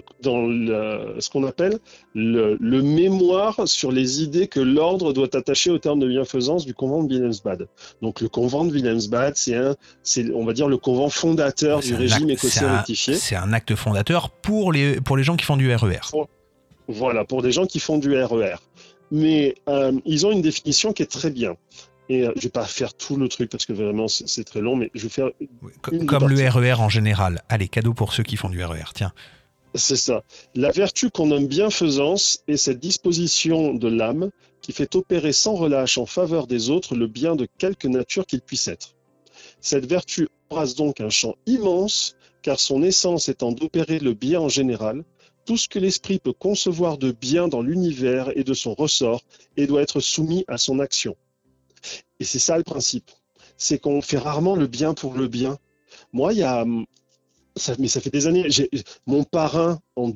D: ce qu'on appelle le mémoire sur les idées que l'ordre doit attacher au terme de bienfaisance du convent de Wilhelmsbad. Donc le convent de Wilhelmsbad, c'est on va dire le convent fondateur du régime écossais rectifié.
C: C'est un acte fondateur pour les gens qui font du RER.
D: Voilà, pour des gens qui font du RER. Mais ils ont une définition qui est très bien. Et je vais pas faire tout le truc parce que vraiment c'est très long, mais je vais faire
C: comme le RER en général. Allez, cadeau pour ceux qui font du RER, tiens.
D: C'est ça. La vertu qu'on nomme bienfaisance est cette disposition de l'âme qui fait opérer sans relâche en faveur des autres le bien de quelque nature qu'il puisse être. Cette vertu embrasse donc un champ immense, car son essence étant d'opérer le bien en général, tout ce que l'esprit peut concevoir de bien dans l'univers est de son ressort et doit être soumis à son action. Et c'est ça le principe, c'est qu'on fait rarement le bien pour le bien. Moi, mais ça fait des années, mon parrain en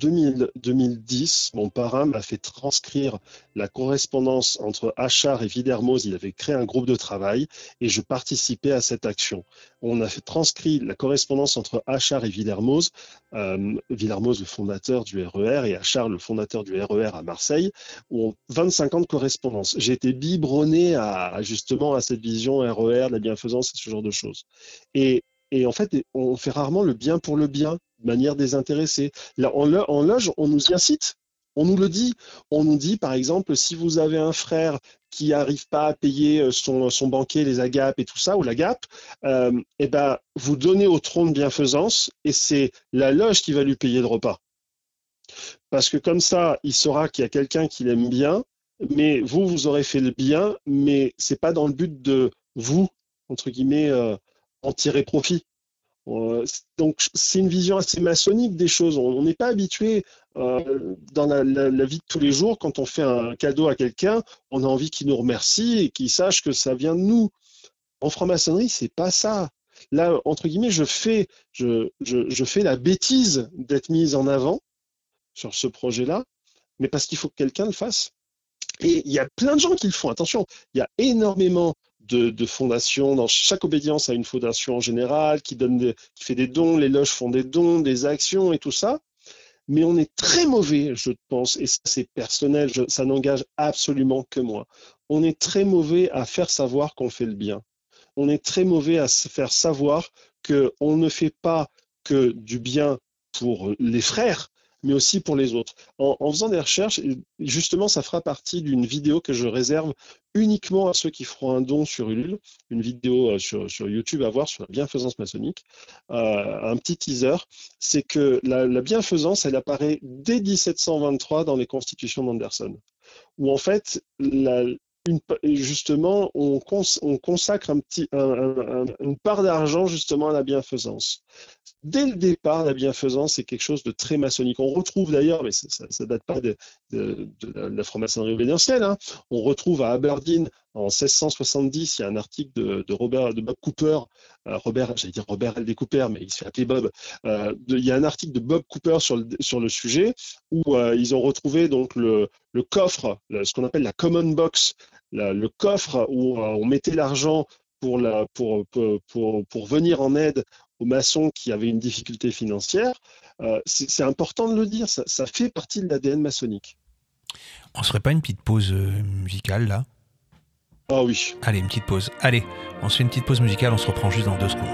D: 2010, mon parrain m'a fait transcrire la correspondance entre Achard et Wiedermoos. Il avait créé un groupe de travail et je participais à cette action. On a fait transcrit la correspondance entre Achard et Wiedermoos, Wiedermoos le fondateur du RER et Achard le fondateur du RER à Marseille, où on 25 ans de correspondance. J'ai été biberonné justement à cette vision RER, de la bienfaisance et ce genre de choses. Et en fait, on fait rarement le bien pour le bien, de manière désintéressée. Là, en loge, on nous y incite. On nous le dit. On nous dit, par exemple, si vous avez un frère qui n'arrive pas à payer son banquier, les agapes et tout ça, ou la Gap, eh ben, vous donnez au tronc de bienfaisance et c'est la loge qui va lui payer le repas. Parce que comme ça, il saura qu'il y a quelqu'un qui l'aime bien, mais vous aurez fait le bien, mais c'est pas dans le but de vous, entre guillemets, en tirer profit. Donc, c'est une vision assez maçonnique des choses. On n'est pas habitué dans la vie de tous les jours, quand on fait un cadeau à quelqu'un, on a envie qu'il nous remercie et qu'il sache que ça vient de nous. En franc-maçonnerie, c'est pas ça. Là, entre guillemets, je fais la bêtise d'être mise en avant sur ce projet-là, mais parce qu'il faut que quelqu'un le fasse. Et il y a plein de gens qui le font. Attention, il y a énormément de fondations. Dans chaque obédience a une fondation en général qui fait des dons. Les loges font des dons, des actions et tout ça. Mais on est très mauvais, je pense, et ça c'est personnel, ça n'engage absolument que moi. On est très mauvais à faire savoir qu'on fait le bien. On est très mauvais à se faire savoir qu'on ne fait pas que du bien pour les frères, mais aussi pour les autres. En faisant des recherches, justement, ça fera partie d'une vidéo que je réserve uniquement à ceux qui feront un don sur Ulule, une vidéo sur YouTube à voir sur la bienfaisance maçonnique. Un petit teaser, c'est que la bienfaisance, elle apparaît dès 1723 dans les constitutions d'Anderson, où en fait, justement, on consacre une part d'argent justement à la bienfaisance. Dès le départ, la bienfaisance est quelque chose de très maçonnique. On retrouve d'ailleurs, mais ça date pas de la franc-maçonnerie obédientielle, hein. On retrouve à Aberdeen en 1670, il y a un article de Bob Cooper, j'allais dire Robert L. D. Cooper, mais il se fait appeler Bob. Il y a un article de Bob Cooper sur le sujet où ils ont retrouvé donc le coffre, ce qu'on appelle la common box, le coffre où on mettait l'argent pour venir en aide aux maçons qui avaient une difficulté financière. C'est important de le dire, ça fait partie de l'ADN maçonnique.
C: On serait pas une petite pause musicale là ?
D: Ah oui.
C: Allez, une petite pause. Allez, on se fait une petite pause musicale, on se reprend juste dans 2 secondes.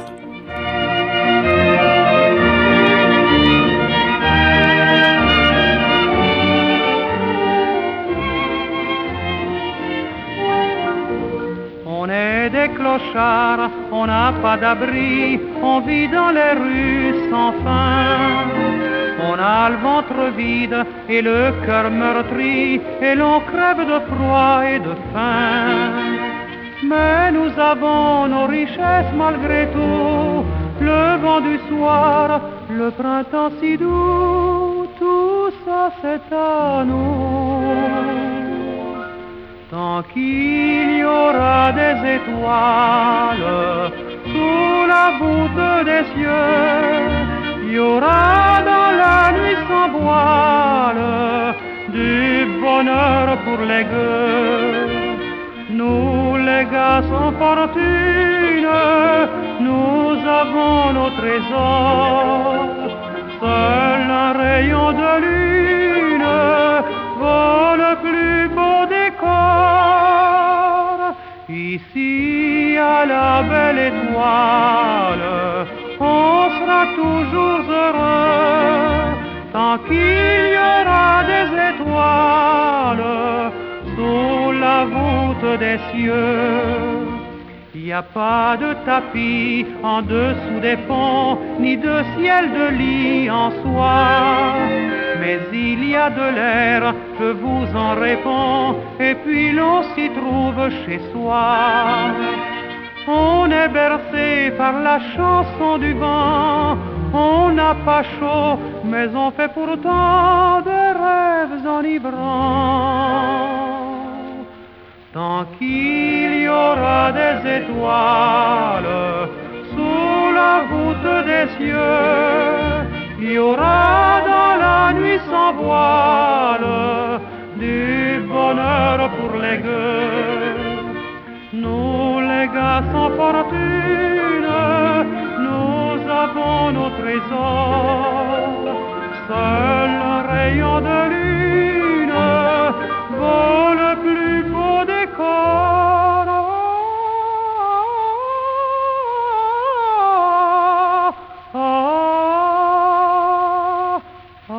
E: On est des clochards, on n'a pas d'abri, on vit dans les rues sans fin. On a le ventre vide et le cœur meurtri, et l'on crève de froid et de faim. Mais nous avons nos richesses malgré tout, le vent du soir, le printemps si doux, tout ça c'est à nous. Tant qu'il y aura des étoiles sous la voûte des cieux, il y aura dans la nuit sans voile du bonheur pour les gueux. Nous les gars sans fortune, nous avons nos trésors. Seul un rayon de lune vaut le plus beau décor. Ici à la belle étoile, on sera toujours heureux, tant qu'il y aura des étoiles sous la voûte des cieux. Il n'y a pas de tapis en dessous des ponts, ni de ciel de lit en soi. Mais il y a de l'air, je vous en réponds, et puis l'on s'y trouve chez soi. On est bercé par la chanson du vent, on n'a pas chaud, mais on fait pourtant des rêves enivrants. Tant qu'il y aura des étoiles sous la voûte des cieux, il y aura dans la nuit sans voile du bonheur pour les gueux. Nous les gars sans fortune, nous avons nos trésors. Seul un rayon de lune vaut le plus beau décor.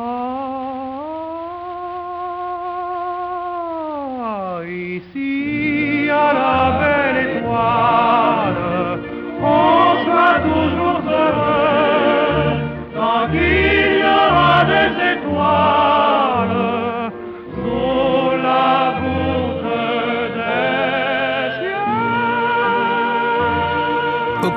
E: Ici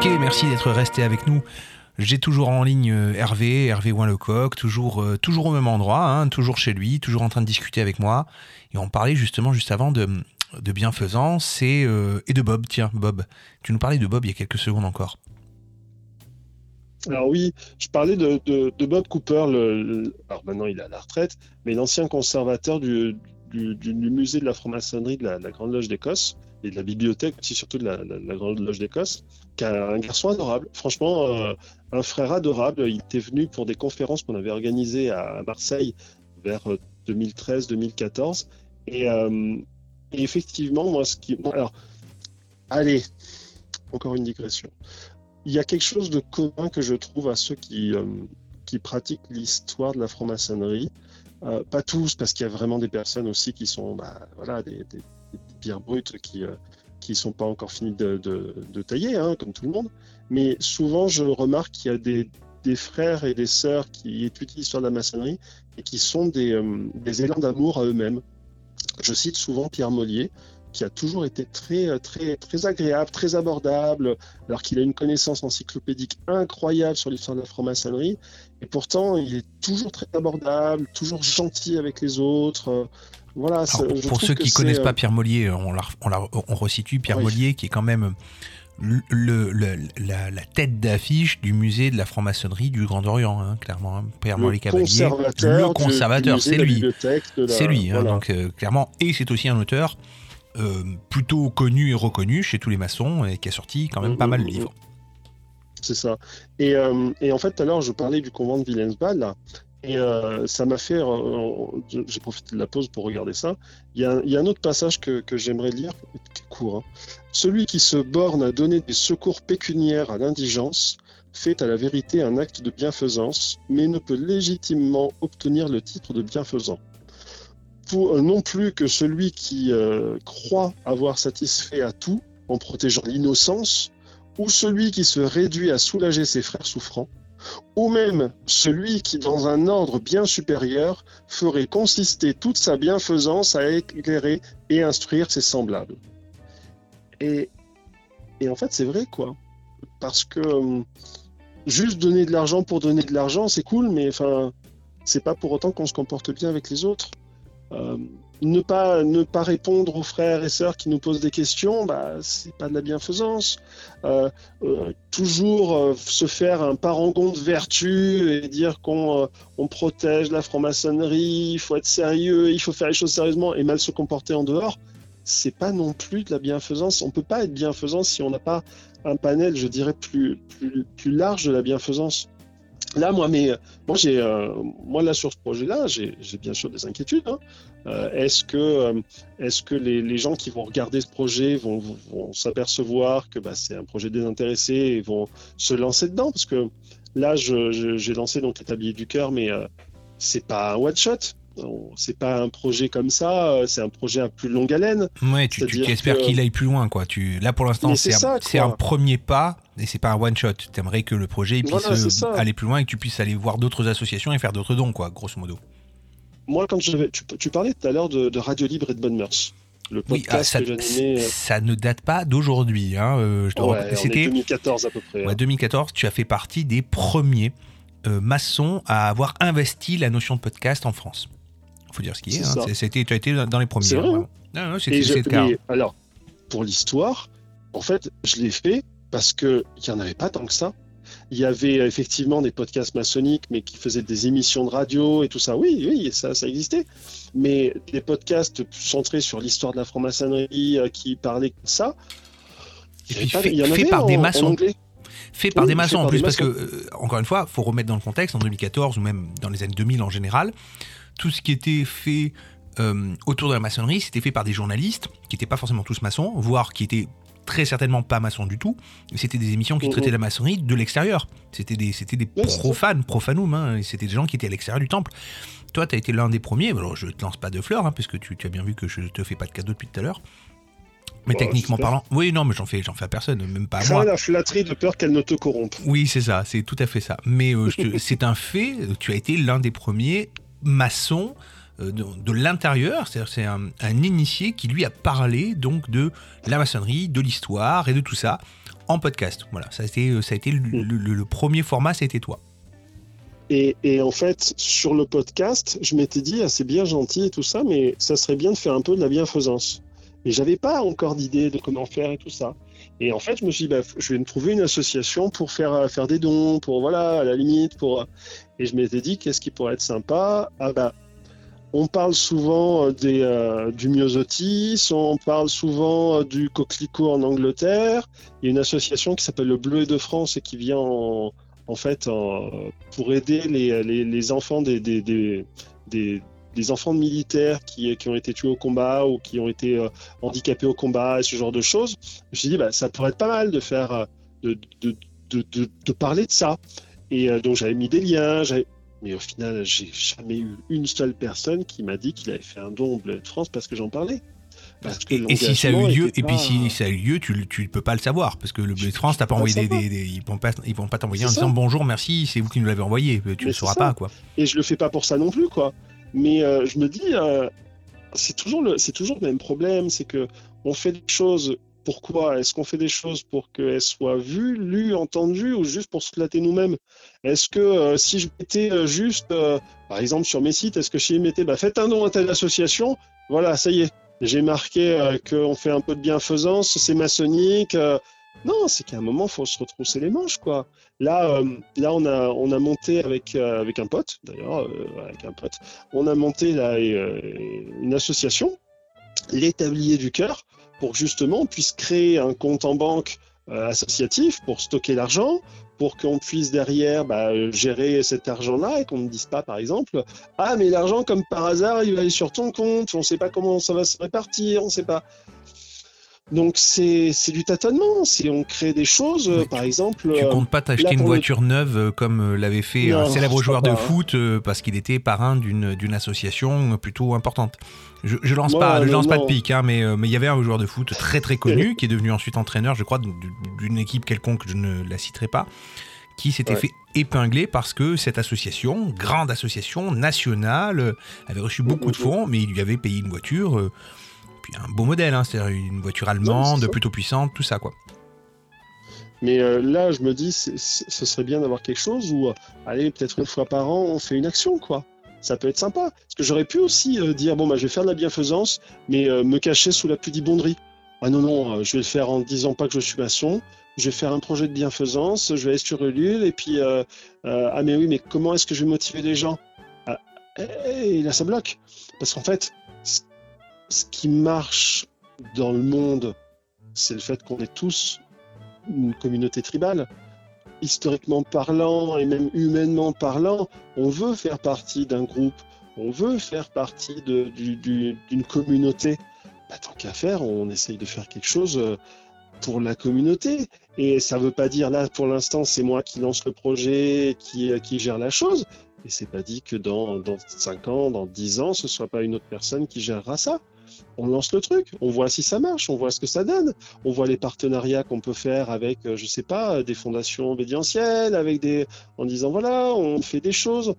C: Ok, merci d'être resté avec nous. J'ai toujours en ligne Hervé Ouin-Lecoq, toujours au même endroit, hein, toujours chez lui, toujours en train de discuter avec moi. Et on parlait justement juste avant de bienfaisance et de Bob. Tiens, Bob, tu nous parlais de Bob il y a quelques secondes encore.
D: Alors oui, je parlais de Bob Cooper, alors maintenant il est à la retraite, mais l'ancien conservateur du musée de la franc-maçonnerie de la Grande Loge d'Écosse, et de la bibliothèque aussi, surtout de la Grande Loge d'Écosse, qui a un garçon adorable. Franchement, un frère adorable. Il était venu pour des conférences qu'on avait organisées à Marseille vers 2013-2014. Et effectivement, moi, alors, allez, encore une digression. Il y a quelque chose de commun que je trouve à ceux qui pratiquent l'histoire de la franc-maçonnerie. Pas tous, parce qu'il y a vraiment des personnes aussi qui sont des pierres brutes qui sont pas encore finies de tailler, hein, comme tout le monde. Mais souvent, je remarque qu'il y a des frères et des sœurs qui étudient l'histoire de la maçonnerie et qui sont des élans d'amour à eux-mêmes. Je cite souvent Pierre Mollier, qui a toujours été très, très, très agréable, très abordable, alors qu'il a une connaissance encyclopédique incroyable sur l'histoire de la franc-maçonnerie. Et pourtant, il est toujours très abordable, toujours gentil avec les autres. Voilà.
C: Alors, pour ceux qui ne connaissent pas Pierre Mollier, on resitue Pierre Mollier, qui est quand même la tête d'affiche du musée de la franc-maçonnerie du Grand Orient, hein, clairement. Hein. Pierre Mollier Cavalier, le conservateur, c'est lui. C'est lui, hein, donc clairement. Et c'est aussi un auteur plutôt connu et reconnu chez tous les maçons et qui a sorti quand même pas mal de livres.
D: C'est ça. Et en fait, tout à l'heure, je parlais du convent de Wilhelmsbad, là. Et ça m'a fait... j'ai profité de la pause pour regarder ça. Il y a un autre passage que j'aimerais lire, qui est court. Hein. Celui qui se borne à donner des secours pécuniaires à l'indigence fait à la vérité un acte de bienfaisance, mais ne peut légitimement obtenir le titre de bienfaisant. Non plus que celui qui croit avoir satisfait à tout en protégeant l'innocence, ou celui qui se réduit à soulager ses frères souffrants, ou même celui qui, dans un ordre bien supérieur, ferait consister toute sa bienfaisance à éclairer et instruire ses semblables. Et en fait, c'est vrai, quoi. Parce que juste donner de l'argent pour donner de l'argent, c'est cool, mais enfin, c'est pas pour autant qu'on se comporte bien avec les autres. Ne pas répondre aux frères et sœurs qui nous posent des questions, c'est pas de la bienfaisance. Toujours se faire un parangon de vertu et dire qu'on protège la franc-maçonnerie, il faut être sérieux, il faut faire les choses sérieusement et mal se comporter en dehors, c'est pas non plus de la bienfaisance. On peut pas être bienfaisant si on n'a pas un panel, je dirais, plus large de la bienfaisance. Là, moi, là, sur ce projet-là, j'ai bien sûr des inquiétudes. Hein. Est-ce que les gens qui vont regarder ce projet vont s'apercevoir que c'est un projet désintéressé et vont se lancer dedans? Parce que là, j'ai lancé donc les tabliers du cœur, mais c'est pas un one-shot. C'est pas un projet comme ça, c'est un projet à plus longue haleine.
C: Ouais, tu espères qu'il aille plus loin, quoi. Là, pour l'instant, c'est un premier pas et c'est pas un one shot. Tu aimerais que le projet puisse aller plus loin et que tu puisses aller voir d'autres associations et faire d'autres dons, quoi, grosso modo.
D: Moi, quand tu parlais tout à l'heure de Radio Libre et de Bonne Mœurs. Le podcast que j'animais.
C: Ça ne date pas d'aujourd'hui. Hein.
D: C'était 2014 à peu près.
C: Ouais, 2014, tu as fait partie des premiers maçons à avoir investi la notion de podcast en France. Il faut dire ce qui est. Tu as été dans les premiers.
D: C'est vrai.
C: Non, c'est le cas.
D: Alors, pour l'histoire, en fait, je l'ai fait parce qu'il n'y en avait pas tant que ça. Il y avait effectivement des podcasts maçonniques, mais qui faisaient des émissions de radio et tout ça. Oui, ça existait. Mais des podcasts centrés sur l'histoire de la franc-maçonnerie qui parlaient de ça, il y en avait
C: par des maçons.
D: En anglais.
C: Fait par des maçons en plus, parce que, encore une fois, il faut remettre dans le contexte, en 2014 ou même dans les années 2000 en général, tout ce qui était fait autour de la maçonnerie, c'était fait par des journalistes qui n'étaient pas forcément tous maçons, voire qui étaient très certainement pas maçons du tout. C'était des émissions qui traitaient la maçonnerie de l'extérieur. C'était des profanum, hein, c'était des gens qui étaient à l'extérieur du temple. Toi, tu as été l'un des premiers. Alors, je te lance pas de fleurs, hein, parce que tu as bien vu que je te fais pas de cadeau depuis tout à l'heure. Mais techniquement parlant, oui, non, mais j'en fais à personne, même pas à moi.
D: La flatterie de peur qu'elle ne te corrompe.
C: Oui, c'est ça, c'est tout à fait ça. Mais c'est un fait, tu as été l'un des premiers maçons de l'intérieur, c'est-à-dire c'est un initié qui lui a parlé donc de la maçonnerie, de l'histoire et de tout ça en podcast. Voilà, ça a été le premier format, ça a été toi.
D: Et en fait, sur le podcast, je m'étais dit, c'est bien gentil et tout ça, mais ça serait bien de faire un peu de la bienfaisance. Mais j'avais pas encore d'idée de comment faire et tout ça. Et en fait, je me suis dit, je vais me trouver une association pour faire des dons, pour voilà, à la limite, Et je m'étais dit, qu'est-ce qui pourrait être sympa ? On parle souvent du myosotis, on parle souvent du coquelicot en Angleterre. Il y a une association qui s'appelle le Bleuet de France et qui vient pour aider les enfants des enfants de militaires qui ont été tués au combat ou qui ont été handicapés au combat et ce genre de choses. Je me suis dit, ça pourrait être pas mal de faire, de parler de ça. Et donc j'avais mis des liens, mais au final, j'ai jamais eu une seule personne qui m'a dit qu'il avait fait un don au Bleuet de France parce que j'en parlais.
C: Et si ça a eu lieu, si ça a eu lieu, tu peux pas le savoir parce que le Bleuet de France t'as pas envoyé ils vont pas t'envoyer en disant bonjour, merci, c'est vous qui nous l'avez envoyé, tu le sauras pas quoi.
D: Et je le fais pas pour ça non plus quoi. Mais je me dis, c'est toujours le même problème, c'est que on fait des choses. Pourquoi ? Est-ce qu'on fait des choses pour qu'elles soient vues, lues, entendues ou juste pour se flatter nous-mêmes ? Est-ce que si je mettais juste, par exemple sur mes sites, est-ce que si je mettais faites un don à telle association, voilà, ça y est, j'ai marqué qu'on fait un peu de bienfaisance, c'est maçonnique. Non, c'est qu'à un moment, il faut se retrousser les manches, quoi. Là, on a monté avec un pote, d'ailleurs, on a monté là, une association, les Tabliers du Cœur, pour justement on puisse créer un compte en banque associatif pour stocker l'argent, pour qu'on puisse derrière gérer cet argent-là et qu'on ne dise pas, par exemple, « Ah, mais l'argent, comme par hasard, il va aller sur ton compte, on ne sait pas comment ça va se répartir, on ne sait pas. » Donc, c'est du tâtonnement. On crée des choses, par exemple...
C: Tu comptes pas t'acheter une voiture neuve comme l'avait fait un célèbre joueur de foot parce qu'il était parrain d'une association plutôt importante. Je lance pas de pique, hein, mais il y avait un joueur de foot très très connu qui est devenu ensuite entraîneur, je crois, d'une équipe quelconque, je ne la citerai pas, qui s'était fait épingler parce que cette association, grande association nationale, avait reçu beaucoup de fonds, mais il lui avait payé une voiture... Puis un beau modèle, hein, c'est-à-dire une voiture allemande, plutôt puissante, tout ça, quoi.
D: Mais là, je me dis, ce serait bien d'avoir quelque chose où, allez, peut-être une fois par an, on fait une action, quoi. Ça peut être sympa. Parce que j'aurais pu aussi dire, je vais faire de la bienfaisance, mais me cacher sous la pudibonderie. Ah non, je vais le faire en disant pas que je suis maçon. Je vais faire un projet de bienfaisance, je vais aller sur Ulule, et puis, mais oui, mais comment est-ce que je vais motiver les gens ? Et là, ça bloque. Parce qu'en fait, ce qui marche dans le monde, c'est le fait qu'on est tous une communauté tribale. Historiquement parlant et même humainement parlant, on veut faire partie d'un groupe, on veut faire partie d'une communauté. Tant qu'à faire, on essaye de faire quelque chose pour la communauté. Et ça ne veut pas dire, là, pour l'instant, c'est moi qui lance le projet, qui gère la chose. Et c'est pas dit que dans 5 ans, dans 10 ans, ce ne soit pas une autre personne qui gérera ça. On lance le truc, on voit si ça marche, on voit ce que ça donne, on voit les partenariats qu'on peut faire avec, je sais pas, des fondations obédientielles, en disant voilà, on fait des choses.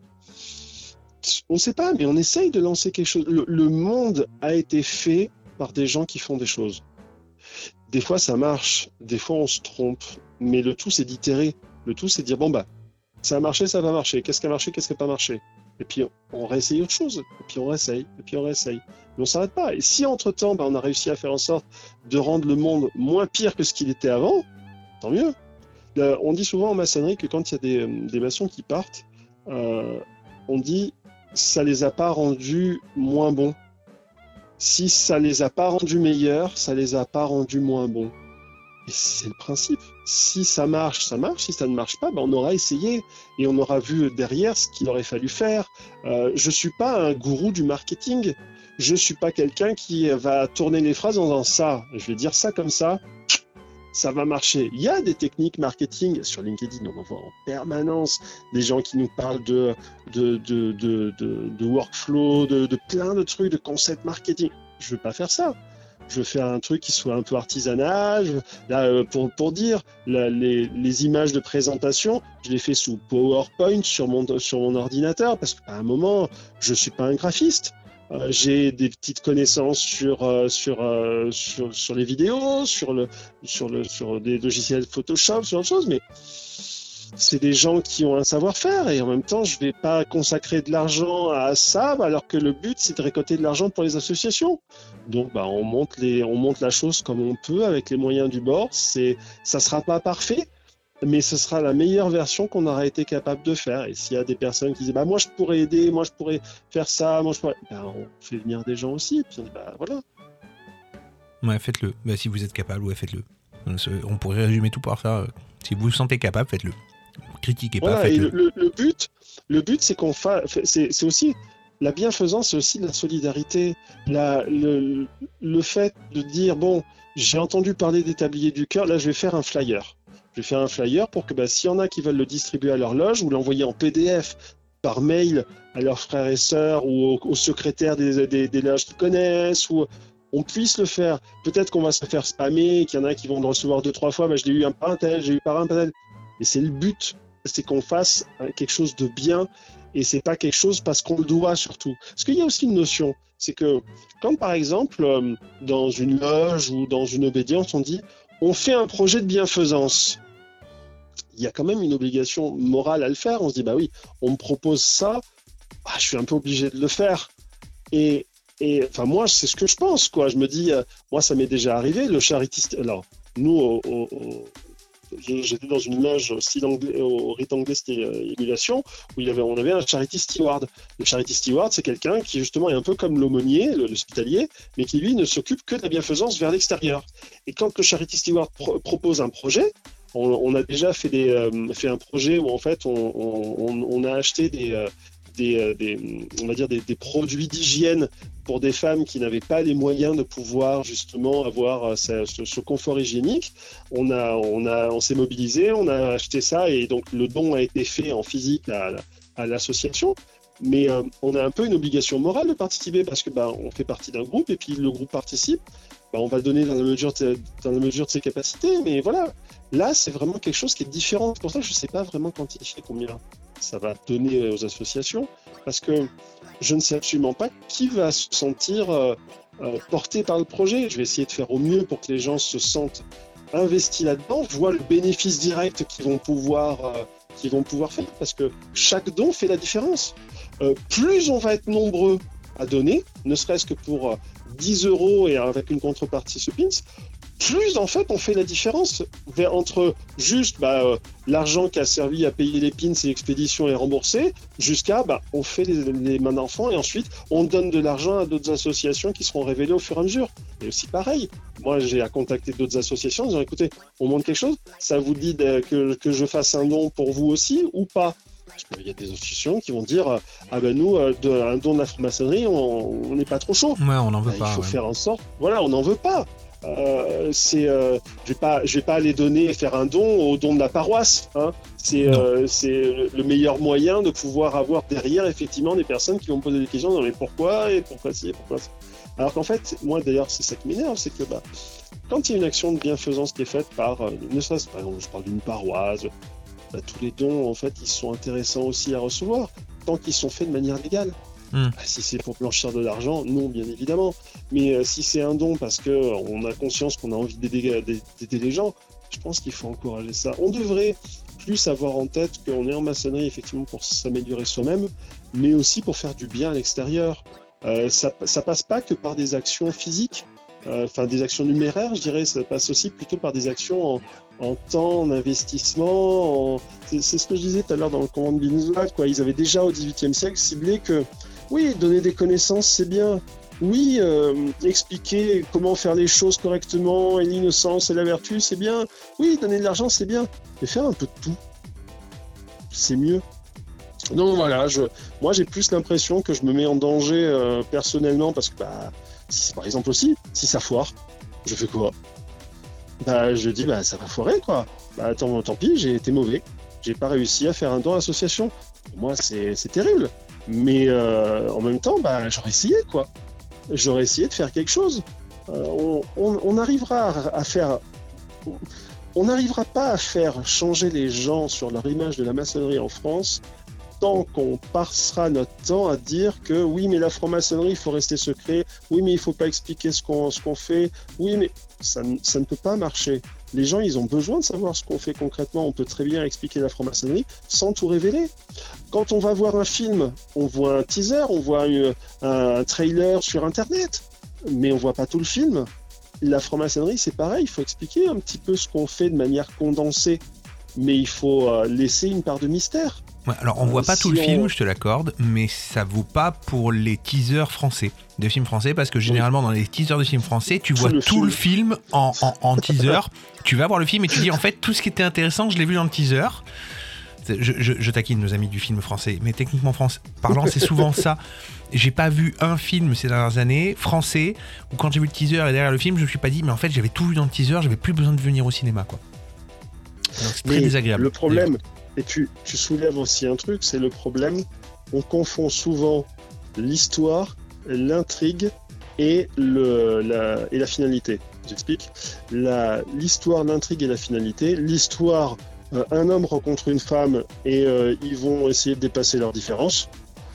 D: On sait pas, mais on essaye de lancer quelque chose. Le monde a été fait par des gens qui font des choses. Des fois ça marche, des fois on se trompe, mais le tout c'est d'itérer. Le tout c'est de dire ça a marché, ça va marcher. Qu'est-ce qui a marché, qu'est-ce qui n'a pas marché ? Et puis on réessaye autre chose, et puis on réessaye, et puis on réessaye. Mais on s'arrête pas. Et si entre-temps, on a réussi à faire en sorte de rendre le monde moins pire que ce qu'il était avant, tant mieux. On dit souvent en maçonnerie que quand il y a des maçons qui partent, on dit ça les a pas rendus moins bons. Si ça les a pas rendus meilleurs, ça les a pas rendus moins bons. Et c'est le principe. Si ça marche, ça marche. Si ça ne marche pas, on aura essayé et on aura vu derrière ce qu'il aurait fallu faire. Je suis pas un gourou du marketing. Je suis pas quelqu'un qui va tourner les phrases en disant ça. Je vais dire ça comme ça. Ça va marcher. Il y a des techniques marketing sur LinkedIn. On en voit en permanence des gens qui nous parlent de workflow, de plein de trucs, de concepts marketing. Je veux pas faire ça. Je veux faire un truc qui soit un peu artisanal. Là, pour dire, les images de présentation, je les fais sous PowerPoint sur mon ordinateur parce qu'à un moment, je suis pas un graphiste. j'ai des petites connaissances sur les vidéos, sur des logiciels Photoshop, sur autre chose, mais c'est des gens qui ont un savoir-faire et en même temps, je vais pas consacrer de l'argent à ça alors que le but, c'est de récolter de l'argent pour les associations. Donc, on monte la chose comme on peut avec les moyens du bord. Ça sera pas parfait, mais ce sera la meilleure version qu'on aura été capable de faire. Et s'il y a des personnes qui disent, moi, je pourrais aider, moi, je pourrais faire ça, on fait venir des gens aussi. Et puis, on dit, voilà.
C: Ouais, faites-le. Si vous êtes capable, faites-le. On pourrait résumer tout par ça. Si vous vous sentez capable, faites-le. Critiquez pas, faites-le.
D: Et le but, c'est qu'on fasse. C'est aussi la bienfaisance, c'est aussi la solidarité. Le fait de dire j'ai entendu parler des tabliers du cœur, là, je vais faire un flyer. Je vais faire un flyer pour que s'il y en a qui veulent le distribuer à leur loge ou l'envoyer en PDF par mail à leurs frères et sœurs ou aux secrétaires des loges qu'ils connaissent, ou on puisse le faire. Peut-être qu'on va se faire spammer, qu'il y en a qui vont le recevoir 2-3 fois. Je l'ai eu par un tel, j'ai eu par un tel. Et c'est le but, c'est qu'on fasse quelque chose de bien et c'est pas quelque chose parce qu'on le doit surtout. Parce qu'il y a aussi une notion, c'est que quand par exemple dans une loge ou dans une obédience on dit on fait un projet de bienfaisance, il y a quand même une obligation morale à le faire. On se dit oui, on me propose ça, je suis un peu obligé de le faire. Et enfin moi c'est ce que je pense quoi. Je me dis moi ça m'est déjà arrivé le charitiste. Alors nous j'étais dans une loge au rite anglais, c'était émulation, où on avait un charity steward. Le charity steward, c'est quelqu'un qui justement est un peu comme l'aumônier, l'hospitalier, mais qui lui ne s'occupe que de la bienfaisance vers l'extérieur. Et quand le charity steward propose un projet, on a déjà fait un projet où en fait on a acheté on va dire des produits d'hygiène pour des femmes qui n'avaient pas les moyens de pouvoir justement avoir ce confort hygiénique. On s'est mobilisé, on a acheté ça et donc le don a été fait en physique à l'association. Mais on a un peu une obligation morale de participer parce que on fait partie d'un groupe et puis le groupe participe. On va le donner dans la mesure de ses capacités, mais voilà. Là, c'est vraiment quelque chose qui est différent. C'est pour ça que je ne sais pas vraiment quantifier combien ça va donner aux associations, parce que je ne sais absolument pas qui va se sentir porté par le projet. Je vais essayer de faire au mieux pour que les gens se sentent investis là-dedans, voient le bénéfice direct qu'ils vont pouvoir faire, parce que chaque don fait la différence. Plus on va être nombreux à donner, ne serait-ce que pour 10 € et avec une contrepartie sous pins, plus en fait on fait la différence entre juste l'argent qui a servi à payer les pins et l'expédition est remboursé, jusqu'à on fait les mains d'enfants et ensuite on donne de l'argent à d'autres associations qui seront révélées au fur et à mesure. Et aussi pareil, moi j'ai à contacter d'autres associations en disant écoutez, on monte quelque chose, ça vous dit que je fasse un don pour vous aussi ou pas? Parce qu'il y a des associations qui vont dire nous, un don de la franc-maçonnerie, on n'est pas trop chaud.
C: Ouais, on n'en veut pas.
D: Il faut faire en sorte. Voilà, on n'en veut pas. Je vais pas aller donner et faire un don au don de la paroisse. C'est le meilleur moyen de pouvoir avoir derrière effectivement des personnes qui vont poser des questions. Non mais pourquoi et pourquoi ci et pourquoi ça. Alors qu'en fait, moi d'ailleurs, c'est ça qui m'énerve, c'est que quand il y a une action de bienfaisance qui est faite par, ne serait-ce par exemple, je parle d'une paroisse. Tous les dons, en fait, ils sont intéressants aussi à recevoir, tant qu'ils sont faits de manière légale. Si c'est pour blanchir de l'argent, non, bien évidemment. Mais si c'est un don parce qu'on a conscience qu'on a envie d'aider les gens, je pense qu'il faut encourager ça. On devrait plus avoir en tête qu'on est en maçonnerie, effectivement, pour s'améliorer soi-même, mais aussi pour faire du bien à l'extérieur. Ça passe pas que par des actions physiques, des actions numéraires, je dirais, ça passe aussi plutôt par des actions en temps, en investissement. C'est ce que je disais tout à l'heure dans le convent de Binswack, quoi. Ils avaient déjà au XVIIIe siècle ciblé que, oui, donner des connaissances, c'est bien. Oui, expliquer comment faire les choses correctement et l'innocence et la vertu, c'est bien. Oui, donner de l'argent, c'est bien. Mais faire un peu de tout, c'est mieux. Donc voilà, moi j'ai plus l'impression que je me mets en danger personnellement parce que, par exemple aussi, si ça foire, je fais quoi? Je dis ça va foirer quoi. Tant pis, j'ai été mauvais. J'ai pas réussi à faire un don à l'association. Pour moi c'est terrible. Mais en même temps, j'aurais essayé quoi. J'aurais essayé de faire quelque chose. On arrivera à faire. On n'arrivera pas à faire changer les gens sur leur image de la maçonnerie en France tant qu'on passera notre temps à dire que oui, mais la franc-maçonnerie, il faut rester secret, oui, mais il faut pas expliquer ce qu'on fait, oui, mais ça ne peut pas marcher. Les gens, ils ont besoin de savoir ce qu'on fait concrètement. On peut très bien expliquer la franc-maçonnerie sans tout révéler. Quand on va voir un film, on voit un teaser, on voit un trailer sur Internet, mais on voit pas tout le film. La franc-maçonnerie, c'est pareil, il faut expliquer un petit peu ce qu'on fait de manière condensée, mais il faut laisser une part de mystère.
C: Ouais, alors on voit pas tout le film, je te l'accorde, mais ça vaut pas pour les teasers français, de films français, parce que généralement dans les teasers de films français, tu vois tout le film en teaser. Tu vas voir le film et tu dis en fait tout ce qui était intéressant, je l'ai vu dans le teaser. Je taquine nos amis du film français, mais techniquement parlant, c'est souvent ça. J'ai pas vu un film ces dernières années français où quand j'ai vu le teaser et derrière le film, je me suis pas dit mais en fait j'avais tout vu dans le teaser, j'avais plus besoin de venir au cinéma quoi. Donc, c'est très désagréable.
D: Le problème, et tu soulèves aussi un truc, c'est le problème, on confond souvent l'histoire, l'intrigue et la finalité. J'explique. L'histoire, l'intrigue et la finalité. L'histoire, un homme rencontre une femme et ils vont essayer de dépasser leurs différences.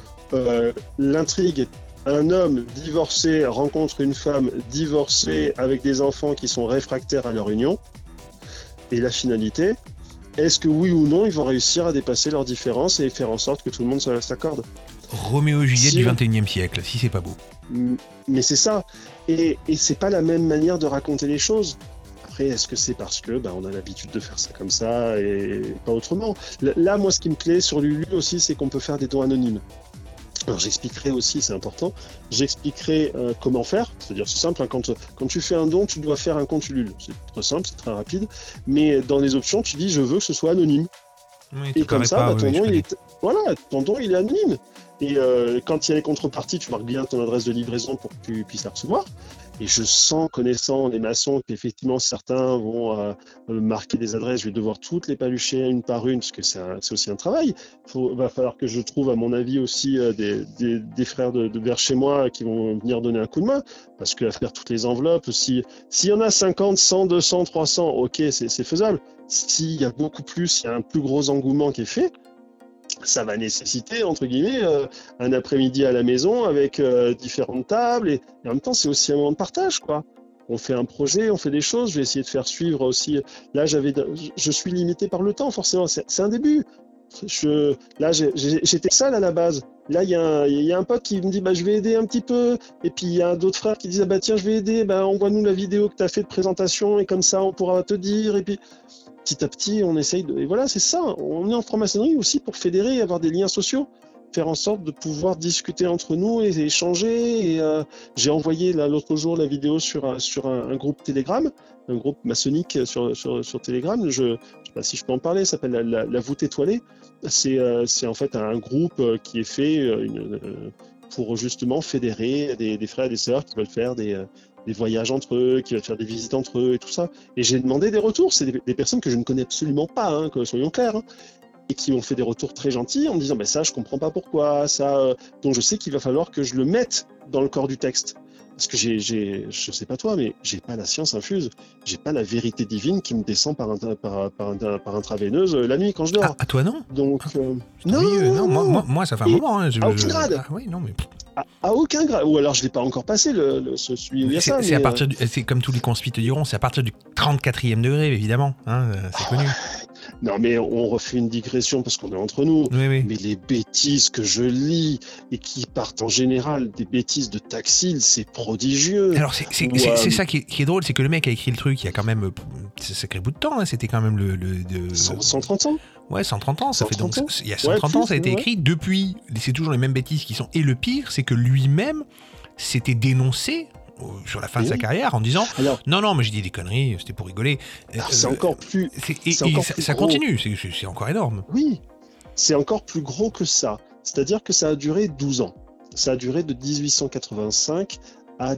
D: L'intrigue, un homme divorcé rencontre une femme divorcée avec des enfants qui sont réfractaires à leur union. Et la finalité, est-ce que oui ou non, ils vont réussir à dépasser leurs différences et faire en sorte que tout le monde s'accorde ?
C: Roméo et Juliette du XXIe siècle, si c'est pas beau.
D: Mais c'est ça. Et c'est pas la même manière de raconter les choses. Après, est-ce que c'est parce que on a l'habitude de faire ça comme ça et pas autrement ? Là, moi, ce qui me plaît sur Lulu aussi, c'est qu'on peut faire des dons anonymes. Alors j'expliquerai aussi, c'est important, j'expliquerai comment faire, c'est-à-dire c'est simple, hein, quand tu fais un don, tu dois faire un compte Ulule, c'est très simple, c'est très rapide, mais dans les options, tu dis je veux que ce soit anonyme.
C: Oui,
D: et comme ça, ton don il est anonyme. Et quand il y a les contreparties, tu marques bien ton adresse de livraison pour que tu puisses la recevoir. Et je sens, connaissant les maçons, qu'effectivement certains vont marquer des adresses. Je vais devoir toutes les palucher une par une, parce que c'est aussi un travail. Va falloir que je trouve, à mon avis, aussi des frères de vers chez moi qui vont venir donner un coup de main, parce que à faire toutes les enveloppes, s'il y en a 50, 100, 200, 300, ok, c'est faisable. S'il y a beaucoup plus, il y a un plus gros engouement qui est fait, ça va nécessiter, entre guillemets, un après-midi à la maison avec différentes tables. Et en même temps, c'est aussi un moment de partage, quoi. On fait un projet, on fait des choses. Je vais essayer de faire suivre aussi. Là, je suis limité par le temps, forcément. C'est un début. J'étais seul à la base. Là, il y a un pote qui me dit je vais aider un petit peu. Et puis, il y a d'autres frères qui disent tiens, je vais aider. Envoie-nous la vidéo que tu as fait de présentation et comme ça, on pourra te dire. Et puis, petit à petit, on essaye de... Et voilà, c'est ça. On est en franc-maçonnerie aussi pour fédérer et avoir des liens sociaux. Faire en sorte de pouvoir discuter entre nous et échanger. Et j'ai envoyé l'autre jour la vidéo sur un groupe Telegram, un groupe maçonnique sur Telegram. Je ne sais pas si je peux en parler, ça s'appelle la voûte étoilée. C'est en fait un groupe qui est fait pour justement fédérer des frères et des sœurs qui veulent faire des voyages entre eux, qui veulent faire des visites entre eux et tout ça. Et j'ai demandé des retours. C'est des personnes que je ne connais absolument pas, soyons clairs, et qui m'ont fait des retours très gentils en me disant ça, je comprends pas pourquoi, ça. Donc je sais qu'il va falloir que je le mette dans le corps du texte. Parce que je sais pas toi, mais j'ai pas la science infuse, j'ai pas la vérité divine qui me descend par intraveineuse la nuit quand je dors.
C: Ah, toi non ?
D: Donc
C: non, moi ça fait un moment.
D: À aucun grade.
C: Ah, oui, non, mais...
D: À aucun grade. Ou alors je l'ai pas encore passé celui où il y a ça.
C: C'est à partir c'est comme tous les conspits te diront, c'est à partir du 34e degré évidemment, c'est connu.
D: Non, mais on refait une digression parce qu'on est entre nous.
C: Oui.
D: Mais les bêtises que je lis et qui partent en général des bêtises de Taxil, c'est prodigieux.
C: Alors, c'est ça qui est drôle, c'est que le mec a écrit le truc il y a quand même un sacré bout de temps. C'était quand même
D: 130 ans.
C: Ouais, 130 ans. Ça fait donc il y a 130 ans, ça a été écrit. Depuis, c'est toujours les mêmes bêtises qui sont. Et le pire, c'est que lui-même s'était dénoncé sur la fin de sa carrière en disant non mais j'ai dit des conneries, c'était pour rigoler.
D: C'est encore plus
C: ça continue, c'est encore énorme.
D: Oui, c'est encore plus gros que ça, c'est-à-dire que ça a duré 12 ans, ça a duré de 1885 à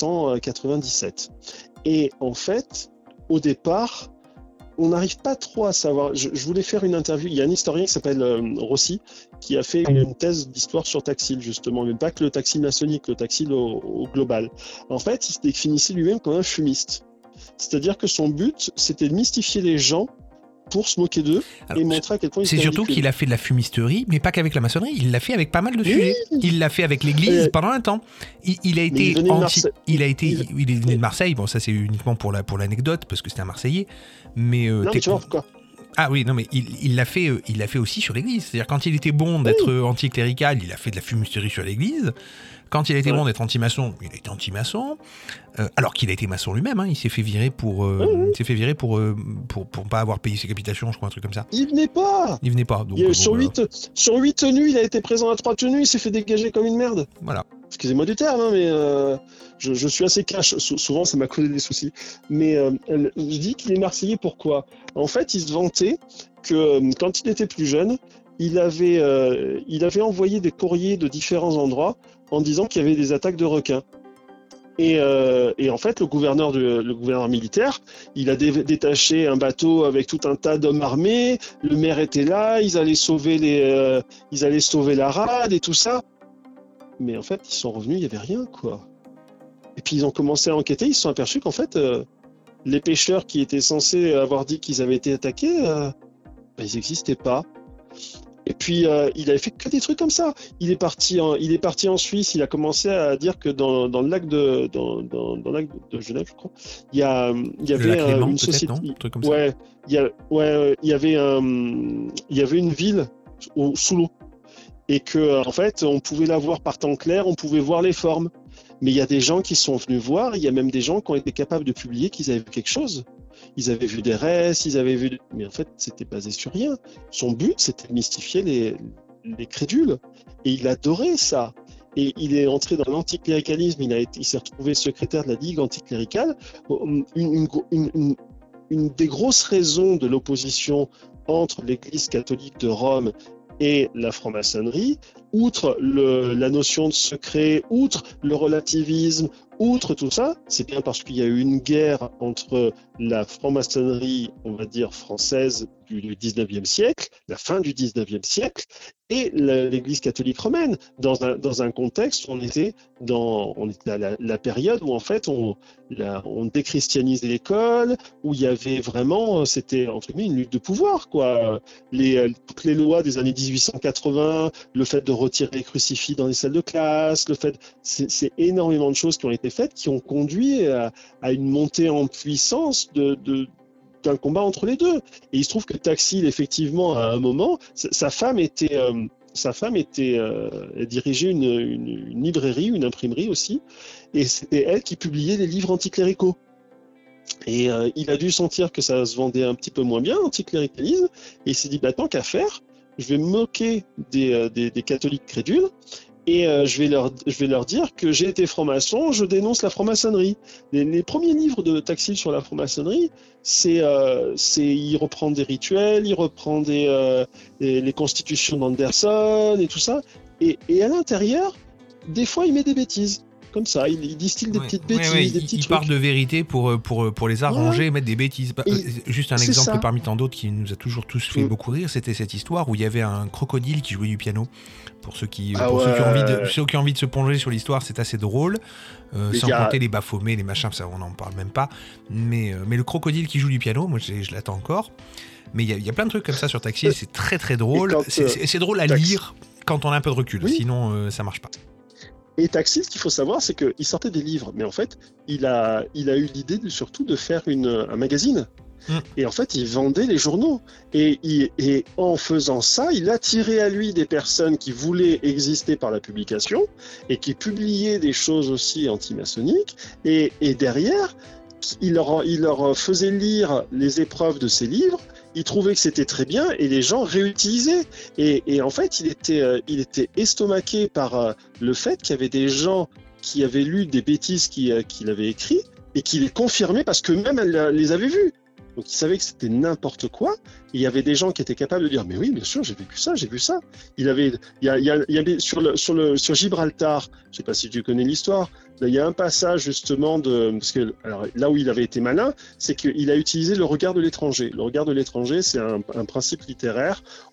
D: 1897 et en fait au départ on n'arrive pas trop à savoir. Je voulais faire une interview. Il y a un historien qui s'appelle Rossi qui a fait une thèse d'histoire sur Taxil, justement, mais pas que le Taxil maçonnique, le Taxil au global. En fait, il se définissait lui-même comme un fumiste. C'est-à-dire que son but, c'était de mystifier les gens pour se moquer d'eux et montrer à quel point ils
C: c'est
D: étaient
C: surtout
D: ridicules.
C: qu'il a fait de la fumisterie, mais pas qu'avec la maçonnerie, il l'a fait avec pas mal de sujets. Il l'a fait avec l'église pendant un temps. Il a été il est venu de Marseille, bon ça c'est uniquement pour l'anecdote, parce que c'était un Marseillais, mais...
D: non, mais tu vois pourquoi.
C: Ah oui, non mais il l'a fait aussi sur l'église. C'est-à-dire quand il était bon d'être anticlérical, il a fait de la fumisterie sur l'église. Quand il a été bon d'être anti-maçon, il a été anti-maçon. Alors qu'il a été maçon lui-même, hein. Il s'est fait virer pour pas avoir payé ses capitations, je crois, un truc comme ça.
D: Il venait pas. Donc, sur 8 tenues, il a été présent à 3 tenues, il s'est fait dégager comme une merde.
C: Voilà.
D: Excusez-moi du terme, hein, mais je suis assez cash. Souvent, ça m'a causé des soucis. Mais je dis qu'il est Marseillais, pourquoi ? En fait, il se vantait que quand il était plus jeune, il avait envoyé des courriers de différents endroits en disant qu'il y avait des attaques de requins. Et en fait, le gouverneur militaire, il a détaché un bateau avec tout un tas d'hommes armés. Le maire était là, ils allaient sauver la rade et tout ça. Mais en fait, ils sont revenus, il n'y avait rien, quoi. Et puis ils ont commencé à enquêter, ils se sont aperçus qu'en fait, les pêcheurs qui étaient censés avoir dit qu'ils avaient été attaqués, ils n'existaient pas. Et puis il avait fait que des trucs comme ça. Il est parti en Suisse, il a commencé à dire que dans le lac de Genève, je crois, il y avait une société.
C: Un truc comme ça.
D: Ouais, il y avait une ville sous l'eau. Et que en fait, on pouvait la voir par temps clair, on pouvait voir les formes. Mais il y a des gens qui sont venus voir, il y a même des gens qui ont été capables de publier qu'ils avaient vu quelque chose. Ils avaient vu des restes, mais en fait, c'était basé sur rien. Son but, c'était de mystifier les crédules. Et il adorait ça. Et il est entré dans l'anticléricalisme, il s'est retrouvé secrétaire de la Ligue anticléricale. Une des grosses raisons de l'opposition entre l'Église catholique de Rome et la franc-maçonnerie, outre la notion de secret, outre le relativisme, outre tout ça, c'est bien parce qu'il y a eu une guerre entre la franc-maçonnerie, on va dire, française du 19e siècle, la fin du 19e siècle, et l'Église catholique romaine, dans un contexte où on était à la période où en fait on déchristianisait l'école, où il y avait vraiment, c'était entre guillemets une lutte de pouvoir, quoi. Toutes les lois des années 1880, le fait de retirer les crucifix dans les salles de classe, c'est énormément de choses qui ont été faites, qui ont conduit à une montée en puissance d'un combat entre les deux. Et il se trouve que Taxil, effectivement, à un moment, sa femme dirigeait une librairie, une imprimerie aussi, et c'était elle qui publiait les livres anticléricaux. Et il a dû sentir que ça se vendait un petit peu moins bien, l'anticléricalisme, et il s'est dit, tant qu'à faire, je vais me moquer des catholiques crédules, et je vais leur dire que j'ai été franc-maçon, je dénonce la franc-maçonnerie. Les premiers livres de Taxil sur la franc-maçonnerie, il reprend des rituels, il reprend les constitutions d'Anderson et tout ça, et à l'intérieur, des fois il met des bêtises. Comme ça, il distille des petites bêtises, des petits trucs.
C: Il part de vérité pour les arranger et mettre des bêtises. Juste un exemple parmi tant d'autres qui nous a toujours tous fait beaucoup rire, c'était cette histoire où il y avait un crocodile qui jouait du piano. Pour ceux qui ont envie de se plonger sur l'histoire, c'est assez drôle. Sans compter les baphomet, les machins, ça on n'en parle même pas. Mais le crocodile qui joue du piano, moi je l'attends encore. Mais il y a plein de trucs comme ça sur Taxil, c'est très très drôle. C'est drôle à lire quand on a un peu de recul, sinon ça marche pas.
D: Et Taxil, ce qu'il faut savoir, c'est qu'il sortait des livres, mais en fait, il a eu l'idée surtout de faire un magazine. Et en fait, il vendait les journaux. Et en faisant ça, il attirait à lui des personnes qui voulaient exister par la publication et qui publiaient des choses aussi anti-maçonniques. Et derrière, il leur faisait lire les épreuves de ses livres. Il trouvait que c'était très bien et les gens réutilisaient. Et en fait, il était estomaqué par le fait qu'il y avait des gens qui avaient lu des bêtises qu'il avait écrites et qui les confirmaient parce qu'eux-mêmes, elles les avaient vues. Donc il savait que c'était n'importe quoi. Et il y avait des gens qui étaient capables de dire mais oui, bien sûr, j'ai vécu ça, j'ai vu ça. Il y avait sur Gibraltar, je sais pas si tu connais l'histoire, là, il y a un passage justement parce que alors, là où il avait été malin, c'est qu'il a utilisé le regard de l'étranger. Le regard de l'étranger, c'est un principe littéraire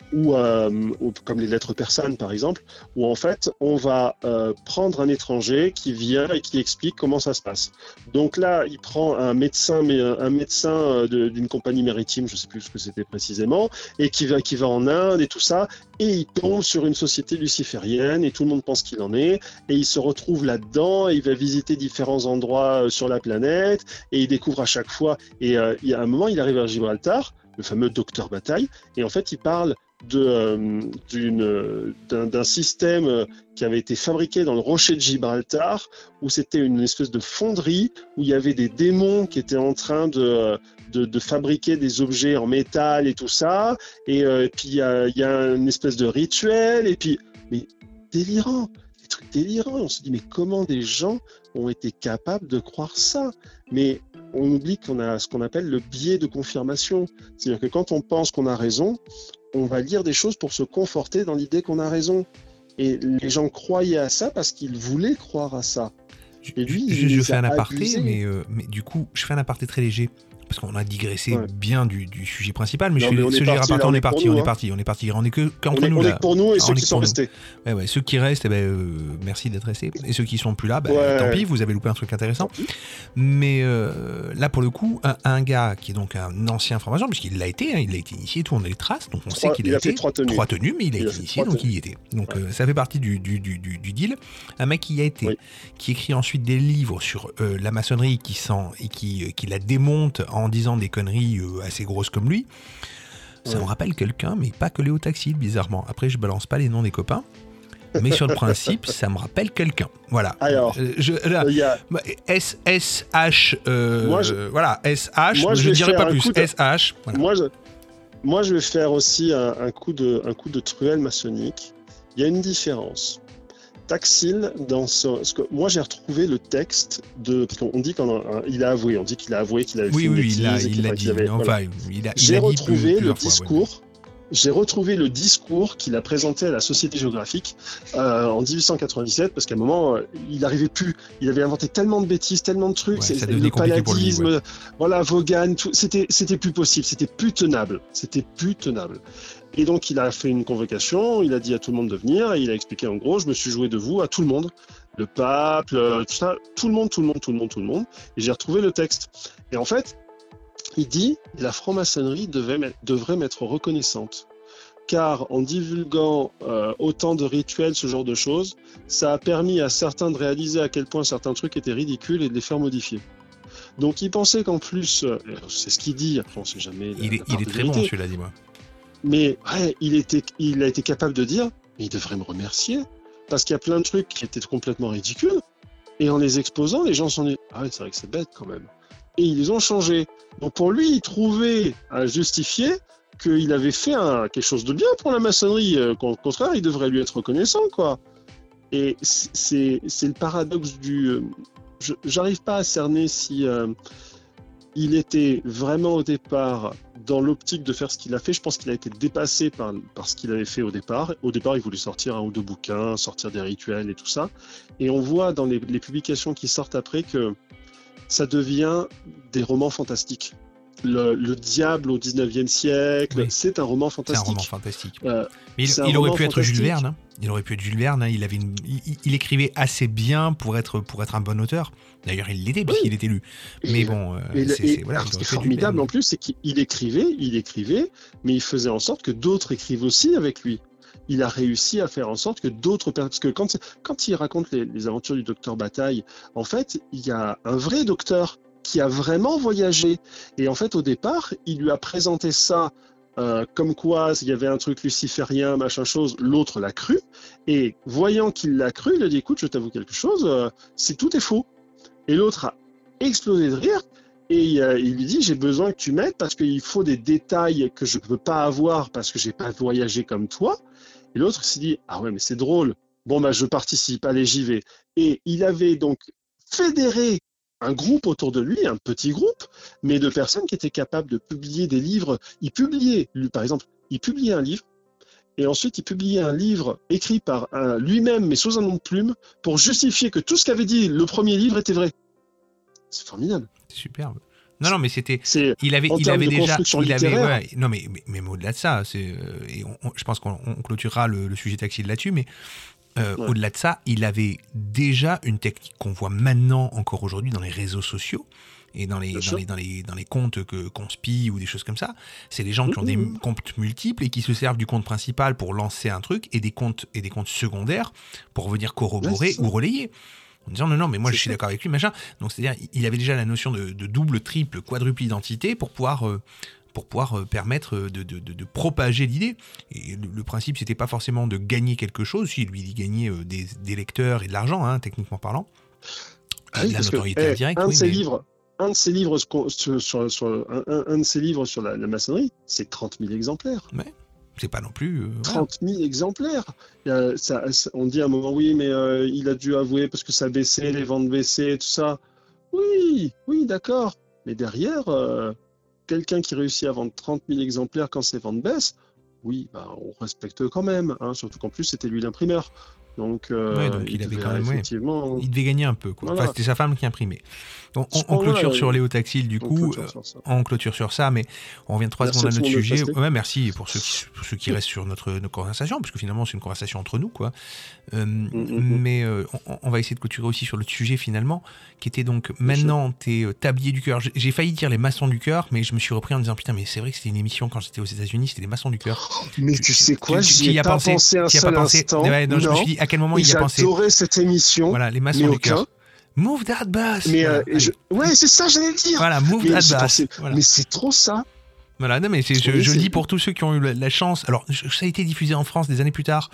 D: ou comme les lettres persanes par exemple, où en fait on va prendre un étranger qui vient et qui explique comment ça se passe. Donc là, il prend un médecin d'une compagnie maritime, je ne sais plus ce que c'était précisément, et qui va en Inde et tout ça, et il tombe sur une société luciférienne et tout le monde pense qu'il en est, et il se retrouve là-dedans, et il va visiter différents endroits sur la planète, et il découvre à chaque fois, et à un moment il arrive à Gibraltar, le fameux docteur Bataille, et en fait il parle d'un système qui avait été fabriqué dans le rocher de Gibraltar, où c'était une espèce de fonderie, où il y avait des démons qui étaient en train de fabriquer des objets en métal et tout ça, et puis il y a une espèce de rituel, et puis, mais délirant, des trucs délirants, on se dit mais comment des gens ont été capables de croire ça? Mais on oublie qu'on a ce qu'on appelle le biais de confirmation, c'est-à-dire que quand on pense qu'on a raison, on va lire des choses pour se conforter dans l'idée qu'on a raison. Et les gens croyaient à ça parce qu'ils voulaient croire à ça. Et lui,
C: je fais un aparté, mais du coup, je fais un aparté très léger. Parce qu'on a digressé bien du sujet principal, mais on est parti. On est qu'entre nous là.
D: On est pour nous et ceux qui sont restés.
C: Ouais, ceux qui restent, merci d'être restés. Et ceux qui sont plus là, tant pis, vous avez loupé un truc intéressant. Mais là, pour le coup, un gars qui est donc un ancien franc-maçon, puisqu'il l'a été, il a été initié, tout on a les traces, donc on sait qu'il a été
D: trois tenues,
C: mais il a été initié, donc il y était. Donc ça fait partie du deal. Un mec qui y a été, qui écrit ensuite des livres sur la maçonnerie, qui la démonte en disant des conneries assez grosses comme lui, ça me rappelle quelqu'un, mais pas que Léo Taxil, bizarrement. Après, je balance pas les noms des copains, mais sur le principe, ça me rappelle quelqu'un. Voilà.
D: Alors,
C: SH, voilà, SH, je ne dirai pas plus. SH, voilà.
D: Moi, je vais faire aussi un coup de truelle maçonnique. Il y a une différence. Taxil, moi j'ai retrouvé le texte parce qu'on dit qu'il a avoué, qu'il avait fait une bêtise. J'ai retrouvé le discours. J'ai retrouvé le discours qu'il a présenté à la Société géographique en 1897, parce qu'à un moment, il n'arrivait plus. Il avait inventé tellement de bêtises, tellement de trucs. Le paladisme, voilà, Vaughan, tout, c'était plus possible. C'était plus tenable. Et donc, il a fait une convocation, il a dit à tout le monde de venir, et il a expliqué en gros, je me suis joué de vous à tout le monde, le pape, tout ça, tout le monde. Et j'ai retrouvé le texte. Et en fait, il dit, la franc-maçonnerie devrait m'être reconnaissante. Car en divulguant autant de rituels, ce genre de choses, ça a permis à certains de réaliser à quel point certains trucs étaient ridicules et de les faire modifier. Donc il pensait qu'en plus, c'est ce qu'il dit, après on ne sait jamais.
C: Il est très bon, celui-là, dis-moi.
D: Mais ouais, il a été capable de dire, mais il devrait me remercier, parce qu'il y a plein de trucs qui étaient complètement ridicules, et en les exposant, les gens se sont dit, ah ouais, c'est vrai que c'est bête quand même. Et ils les ont changés. Donc pour lui, il trouvait à justifier qu'il avait fait quelque chose de bien pour la maçonnerie. Au contraire, il devrait lui être reconnaissant, quoi. Et c'est le paradoxe du... J'arrive pas à cerner si... il était vraiment au départ dans l'optique de faire ce qu'il a fait. Je pense qu'il a été dépassé par ce qu'il avait fait au départ. Au départ, il voulait sortir 1 ou 2 bouquins, sortir des rituels et tout ça. Et on voit dans les publications qui sortent après que ça devient des romans fantastiques. Le diable au 19e siècle, oui. C'est un roman fantastique.
C: C'est un roman fantastique. Mais il aurait pu être Jules Verne. Hein. Il aurait pu être Jules Verne. Hein. Il écrivait assez bien pour être un bon auteur. D'ailleurs, il l'était puisqu'il était lu. Mais bon,
D: voilà, ce qui est formidable en plus, c'est qu'il écrivait, mais il faisait en sorte que d'autres écrivent aussi avec lui. Il a réussi à faire en sorte que d'autres... Parce que quand il raconte les aventures du docteur Bataille, en fait, il y a un vrai docteur qui a vraiment voyagé. Et en fait, au départ, il lui a présenté ça comme quoi il y avait un truc luciférien, machin chose, l'autre l'a cru. Et voyant qu'il l'a cru, il a dit, écoute, je t'avoue quelque chose, tout est faux. Et l'autre a explosé de rire. Et il lui dit, j'ai besoin que tu m'aides parce qu'il faut des détails que je ne peux pas avoir parce que je n'ai pas voyagé comme toi. Et l'autre s'est dit, ah ouais, mais c'est drôle. Bon, bah, je participe, allez, j'y vais. Et il avait donc fédéré un groupe autour de lui, un petit groupe, mais de personnes qui étaient capables de publier des livres. Par exemple, il publiait un livre, et ensuite il publiait un livre écrit par lui-même, mais sous un nom de plume, pour justifier que tout ce qu'avait dit le premier livre était vrai. C'est formidable.
C: C'est superbe. Non, mais c'était.
D: C'est
C: Il avait
D: en termes de
C: déjà.
D: construction
C: Il avait.
D: littéraire.
C: Ouais, non, mais au-delà de ça, et je pense qu'on clôturera le sujet Taxil là-dessus, mais au-delà de ça, il avait déjà une technique qu'on voit maintenant encore aujourd'hui dans les réseaux sociaux et dans les comptes qu'on spie ou des choses comme ça. C'est les gens qui ont des comptes multiples et qui se servent du compte principal pour lancer un truc et des comptes secondaires pour venir corroborer ou relayer. En disant non, mais moi je suis d'accord avec lui, machin. Donc c'est-à-dire, il avait déjà la notion de double, triple, quadruple identité pour pouvoir permettre de propager l'idée. Et le principe, c'était pas forcément de gagner quelque chose. Si, lui, il gagnait des lecteurs et de l'argent, hein, techniquement parlant.
D: Oui,
C: de la
D: parce
C: notoriété
D: que,
C: indirecte.
D: un de ses livres sur la maçonnerie, c'est 30 000 exemplaires.
C: Ouais. C'est pas non plus.
D: 30 000 exemplaires. On dit à un moment, oui, mais il a dû avouer parce que ça baissait, les ventes baissaient et tout ça. Oui, d'accord. Mais derrière, quelqu'un qui réussit à vendre 30 000 exemplaires quand ses ventes baissent, oui, on respecte quand même. Hein, surtout qu'en plus, c'était lui l'imprimeur. Donc,
C: donc il avait quand même,
D: effectivement.
C: Il devait gagner un peu, quoi.
D: Voilà.
C: Enfin, c'était sa femme qui imprimait. Donc, on clôture sur Léo Taxil, du coup. On clôture sur ça, mais on revient 3 secondes à notre sujet. Ouais, merci pour ceux qui restent sur notre conversation, parce que finalement, c'est une conversation entre nous, quoi. Mais on va essayer de clôturer aussi sur le sujet, finalement, qui était donc, maintenant, tes tabliers du cœur. J'ai failli dire les maçons du cœur, mais je me suis repris en disant, putain, mais c'est vrai que c'était une émission quand j'étais aux États-Unis, c'était les maçons du cœur.
D: Mais tu sais quoi, j'y ai pas pensé un seul instant.
C: Ouais, non, je me suis dit, à quel moment il y a pensé.
D: J'adorais cette émission.
C: Voilà, les maçons du cœur. Move that bass.
D: Mais
C: voilà,
D: ouais, c'est ça, j'allais le dire.
C: Voilà, move that bass. Voilà.
D: Mais c'est trop ça.
C: Voilà, non, mais je le dis pour tous ceux qui ont eu la chance. Alors, ça a été diffusé en France des années plus tard.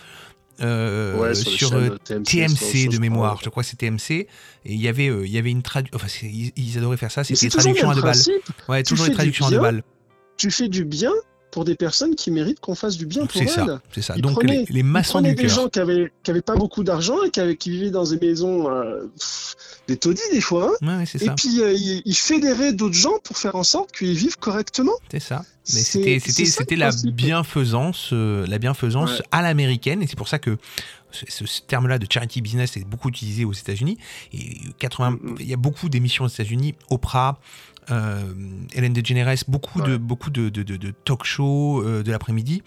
C: Sur TMC de mémoire, je crois que c'est TMC, et il y avait une traduction. Enfin, ils adoraient faire ça. C'était des traductions à deux balles. Ouais, toujours des traductions à deux balles.
D: Tu fais du bien pour des personnes qui méritent qu'on fasse du bien pour elles.
C: C'est ça. Donc les maçons du cœur.
D: Des gens qui avaient pas beaucoup d'argent et qui vivaient dans des maisons des taudis des fois.
C: Hein. Ouais, c'est ça.
D: Et puis ils fédéraient d'autres gens pour faire en sorte qu'ils vivent correctement.
C: C'est ça. Mais c'était la bienfaisance à l'américaine, et c'est pour ça que ce terme-là de charity business est beaucoup utilisé aux États-Unis. Et il y a beaucoup d'émissions aux États-Unis, Oprah, Ellen DeGeneres, beaucoup de talk shows de l'après-midi.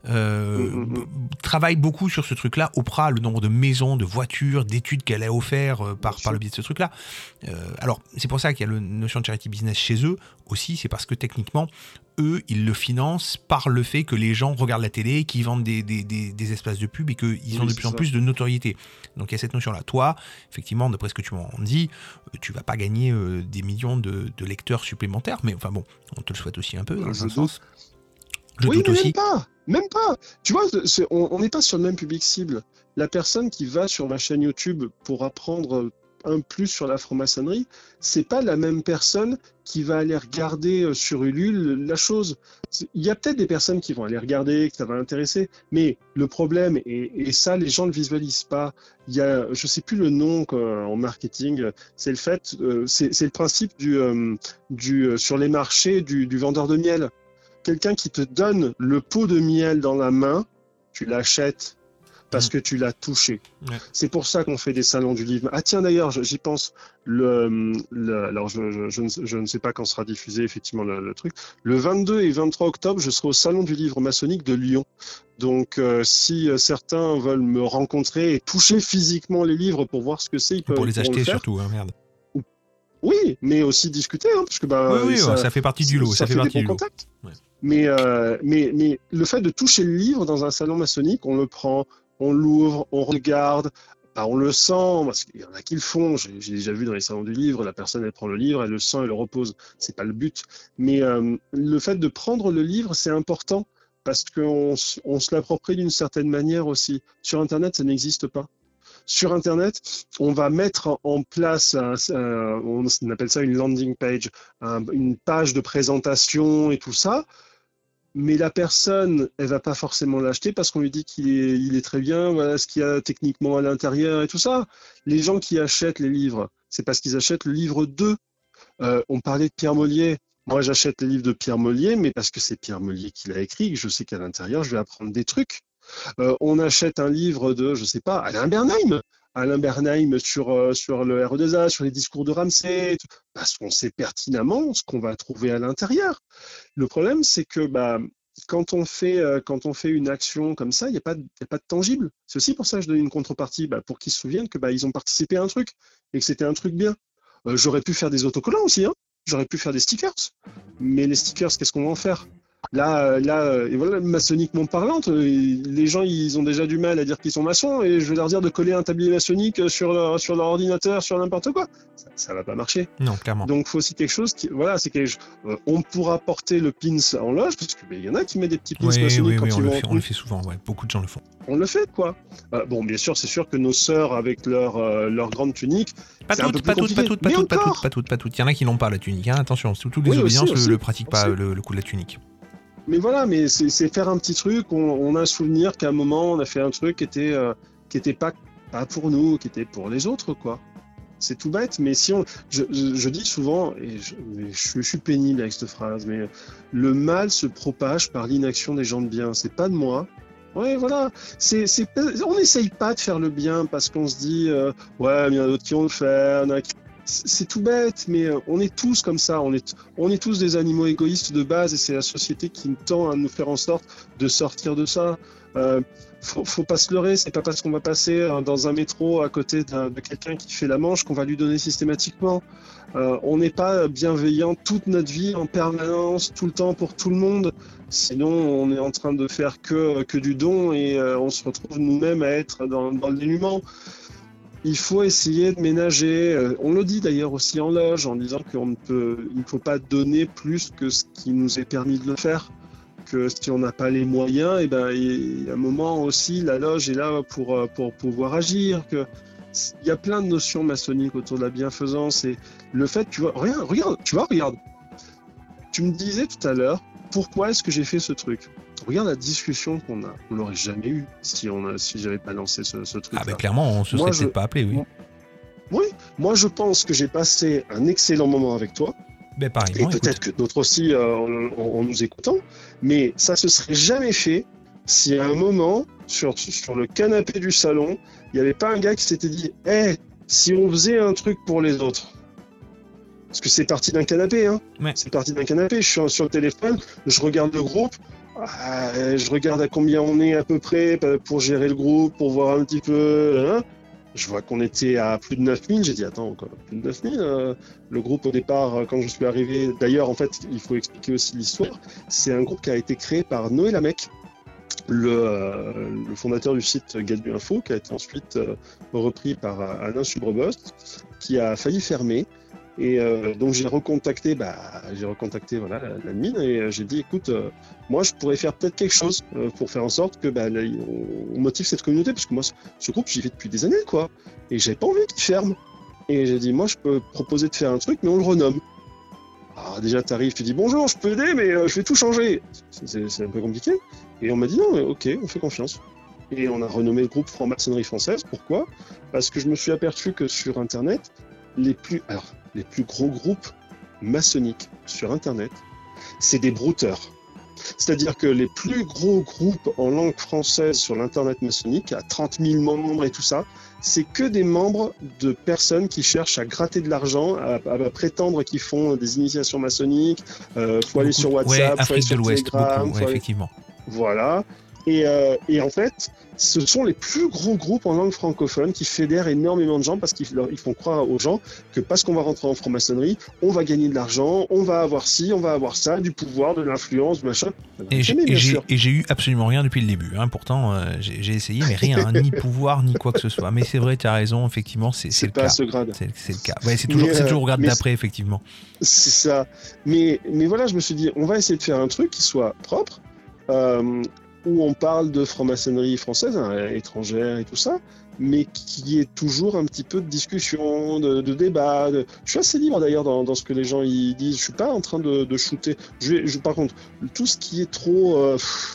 C: Travaille beaucoup sur ce truc-là. Oprah, le nombre de maisons, de voitures, d'études qu'elle a offert par le biais de ce truc-là. Alors, c'est pour ça qu'il y a la notion de charity business chez eux aussi. C'est parce que techniquement, eux, ils le financent par le fait que les gens regardent la télé, qu'ils vendent des espaces de pub et qu'ils ont de plus en plus de notoriété. Donc il y a cette notion-là. Toi, effectivement, d'après ce que tu m'en dis, tu vas pas gagner des millions de lecteurs supplémentaires, mais enfin bon, on te le souhaite aussi un peu, dans un sens.
D: Oui, mais même pas. Tu vois, on n'est pas sur le même public cible. La personne qui va sur ma chaîne YouTube pour apprendre un plus sur la franc-maçonnerie, c'est pas la même personne qui va aller regarder sur Ulule la chose. Il y a peut-être des personnes qui vont aller regarder, que ça va intéresser, mais le problème, et ça les gens ne le visualisent pas, il y a, je sais plus le nom en marketing, c'est le fait, c'est le principe sur les marchés du vendeur de miel. Quelqu'un qui te donne le pot de miel dans la main, tu l'achètes parce que tu l'as touché. Ouais. C'est pour ça qu'on fait des salons du livre. Ah tiens, d'ailleurs, j'y pense. Alors, je ne sais pas quand sera diffusé effectivement le truc. Le 22 et 23 octobre, je serai au salon du livre maçonnique de Lyon. Donc, si certains veulent me rencontrer et toucher physiquement les livres pour voir ce que c'est, ils peuvent.
C: Pour les acheter surtout, hein, merde.
D: Oui, mais aussi discuter, hein, parce que
C: ça fait partie du lot. Ça fait partie du lot. Ouais.
D: Mais le fait de toucher le livre dans un salon maçonnique, on le prend, on l'ouvre, on regarde, on le sent, parce qu'il y en a qui le font. J'ai déjà vu dans les salons du livre, la personne elle prend le livre, elle le sent, elle le repose. C'est pas le but. Mais le fait de prendre le livre, c'est important parce qu'on se l'approprie d'une certaine manière aussi. Sur Internet, ça n'existe pas. Sur Internet, on va mettre en place, on appelle ça une landing page, une page de présentation et tout ça. Mais la personne, elle va pas forcément l'acheter parce qu'on lui dit qu'il est très bien, voilà ce qu'il y a techniquement à l'intérieur et tout ça. Les gens qui achètent les livres, c'est parce qu'ils achètent le livre d'eux. On parlait de Pierre Mollier. Moi, j'achète les livres de Pierre Mollier, mais parce que c'est Pierre Mollier qui l'a écrit, que je sais qu'à l'intérieur, je vais apprendre des trucs. On achète un livre de, je sais pas, Alain Bernheim. Alain Bernheim sur le RE2A, sur les discours de Ramsay, parce qu'on sait pertinemment ce qu'on va trouver à l'intérieur. Le problème, c'est que quand on fait une action comme ça, il n'y a pas de tangible. C'est aussi pour ça que je donne une contrepartie, pour qu'ils se souviennent que ils ont participé à un truc et que c'était un truc bien. J'aurais pu faire des autocollants aussi, hein. J'aurais pu faire des stickers. Mais les stickers, qu'est-ce qu'on va en faire ? Là, et voilà, maçonniquement parlant, les gens, ils ont déjà du mal à dire qu'ils sont maçons, et je vais leur dire de coller un tablier maçonnique sur leur ordinateur, sur n'importe quoi. Ça va pas marcher.
C: Non, clairement.
D: Donc, il faut aussi quelque chose on pourra porter le pin en loge, parce qu'il y en a qui mettent des petits pins maçonniques
C: on le fait souvent, ouais. Beaucoup de gens le font.
D: On le fait, quoi. Bon, bien sûr, c'est sûr que nos sœurs, avec leur grande tunique, c'est un peu plus compliqué.
C: Pas toutes. Il y en a qui n'ont pas la tunique, hein. Attention, tous les obédients ne pratiquent pas le coup de la tunique.
D: Mais voilà, mais c'est faire un petit truc. On a un souvenir qu'à un moment, on a fait un truc qui était pas pour nous, qui était pour les autres, quoi. C'est tout bête, mais si je dis souvent, et je suis pénible avec cette phrase, mais le mal se propage par l'inaction des gens de bien. C'est pas de moi. Ouais, voilà. On n'essaye pas de faire le bien parce qu'on se dit, ouais, mais il y en a d'autres qui vont le faire. C'est tout bête, mais on est tous comme ça. On est tous des animaux égoïstes de base, et c'est la société qui tend à nous faire en sorte de sortir de ça. Faut pas se leurrer. C'est pas parce qu'on va passer dans un métro à côté de quelqu'un qui fait la manche qu'on va lui donner systématiquement. On n'est pas bienveillant toute notre vie, en permanence, tout le temps pour tout le monde. Sinon, on est en train de faire que du don, et on se retrouve nous-mêmes à être dans le dénuement. Il faut essayer de ménager. On le dit d'ailleurs aussi en loge, en disant qu'il ne faut pas donner plus que ce qui nous est permis de le faire. Que si on n'a pas les moyens, il y a un moment aussi, la loge est là pour pouvoir agir. Il y a plein de notions maçonniques autour de la bienfaisance, et le fait, regarde. Tu me disais tout à l'heure, pourquoi est-ce que j'ai fait ce truc ? Regarde la discussion qu'on a. On l'aurait jamais eu si j'avais pas lancé ce truc.
C: Ah clairement, on se serait peut-être pas appelé, oui.
D: Oui, moi je pense que j'ai passé un excellent moment avec toi.
C: Pareillement,
D: et peut-être que d'autres aussi en nous écoutant, mais ça se serait jamais fait si à un moment, sur le canapé du salon, il n'y avait pas un gars qui s'était dit « si on faisait un truc pour les autres ». Parce que c'est parti d'un canapé, hein. Ouais. C'est parti d'un canapé. Je suis sur le téléphone, je regarde le groupe, je regarde à combien on est à peu près pour gérer le groupe, pour voir un petit peu. Hein. Je vois qu'on était à plus de 9000. J'ai dit, attends, quoi, plus de 9000 le groupe, au départ, quand je suis arrivé, d'ailleurs, en fait, il faut expliquer aussi l'histoire. C'est un groupe qui a été créé par Noé Lamec, le fondateur du site Galbu Info, qui a été ensuite repris par Alain Subrebost, qui a failli fermer. Et donc j'ai recontacté voilà, l'admin, et j'ai dit, écoute, moi je pourrais faire peut-être quelque chose pour faire en sorte que on motive cette communauté, parce que moi ce groupe j'y vais depuis des années, quoi, et j'avais pas envie qu'il ferme. Et j'ai dit, moi je peux proposer de faire un truc, mais on le renomme. Alors déjà t'arrives, tu dis bonjour, je peux aider, mais je vais tout changer. C'est un peu compliqué. Et on m'a dit non, mais ok, on fait confiance. Et on a renommé le groupe Franc-Maçonnerie Française. Pourquoi ? Parce que je me suis aperçu que sur Internet, les plus gros groupes maçonniques sur Internet, c'est des brouteurs. C'est-à-dire que les plus gros groupes en langue française sur l'Internet maçonnique, à 30 000 membres et tout ça, c'est que des membres de personnes qui cherchent à gratter de l'argent, à prétendre qu'ils font des initiations maçonniques. Faut aller sur WhatsApp, faut aller sur Telegram.
C: Effectivement.
D: Voilà. Et en fait, ce sont les plus gros groupes en langue francophone qui fédèrent énormément de gens, parce qu'ils font croire aux gens que parce qu'on va rentrer en franc-maçonnerie, on va gagner de l'argent, on va avoir ci, on va avoir ça, du pouvoir, de l'influence, du machin.
C: Et j'ai eu absolument rien depuis le début. Hein. Pourtant, j'ai essayé, mais rien, hein, ni pouvoir, ni quoi que ce soit. Mais c'est vrai, tu as raison, effectivement, c'est le cas.
D: C'est pas à ce grade.
C: C'est le cas. Ouais, c'est toujours le grade d'après, effectivement.
D: C'est ça. Mais voilà, je me suis dit, on va essayer de faire un truc qui soit propre, où on parle de franc-maçonnerie française, hein, étrangère et tout ça, mais qui est toujours un petit peu de discussion, de débat. Je suis assez libre d'ailleurs dans ce que les gens y disent. Je suis pas en train de shooter. Par contre, tout ce qui est trop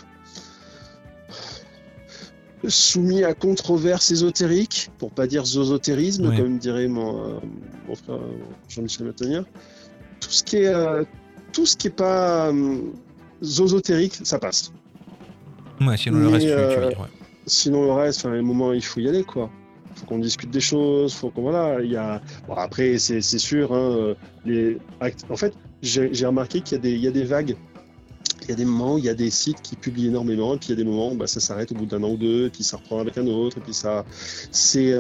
D: soumis à controverse ésotérique, pour pas dire zozotérisme, ouais, comme dirait mon frère Jean-Michel Matanière, tout ce qui est pas zozotérique, ça passe.
C: Ouais, sinon le reste, tu veux dire, ouais.
D: Sinon le reste, à un moment, il faut y aller, quoi. faut qu'on discute des choses, faut qu'on voilà. Il y a bon, après c'est sûr. Hein, en fait, j'ai remarqué qu'il y a des vagues. Il y a des moments où il y a des sites qui publient énormément, et puis il y a des moments où ça s'arrête au bout d'un an ou deux, et puis ça reprend avec un autre, et puis ça, c'est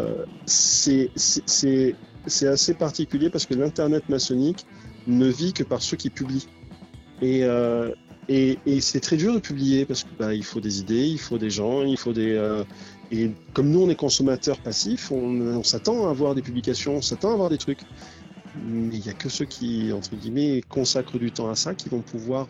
D: assez particulier parce que l'internet maçonnique ne vit que par ceux qui publient. Et c'est très dur de publier parce que il faut des idées, il faut des gens, il faut et comme nous on est consommateurs passifs, on s'attend à avoir des publications, on s'attend à avoir des trucs. Mais il n'y a que ceux qui, entre guillemets, consacrent du temps à ça qui vont pouvoir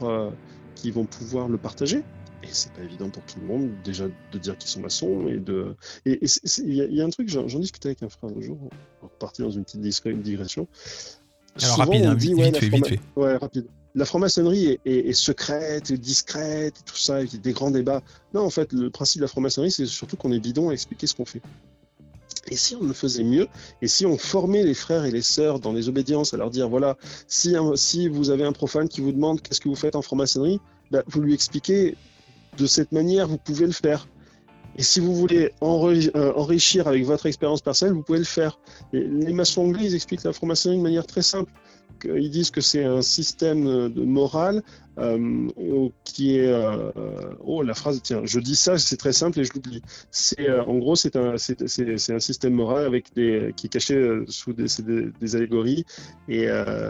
D: le partager. Et c'est pas évident pour tout le monde, déjà, de dire qu'ils sont maçons. Il y a un truc, j'en discutais avec un frère un jour, on est parti dans une petite digression.
C: Alors
D: souvent,
C: rapide,
D: on dit,
C: vite fait.
D: Ouais, rapide. La franc-maçonnerie est secrète, discrète, tout ça, il y a des grands débats. Non, en fait, le principe de la franc-maçonnerie, c'est surtout qu'on est bidon à expliquer ce qu'on fait. Et si on le faisait mieux, et si on formait les frères et les sœurs dans les obédiences, à leur dire, voilà, si vous avez un profane qui vous demande qu'est-ce que vous faites en franc-maçonnerie, vous lui expliquez de cette manière, vous pouvez le faire. Et si vous voulez enrichir avec votre expérience personnelle, vous pouvez le faire. Et les maçons anglais, ils expliquent la franc-maçonnerie de manière très simple. Ils disent que c'est un système de morale qui est la phrase, tiens, je dis ça, c'est très simple et je l'oublie. En gros, c'est un système moral qui est caché sous des allégories et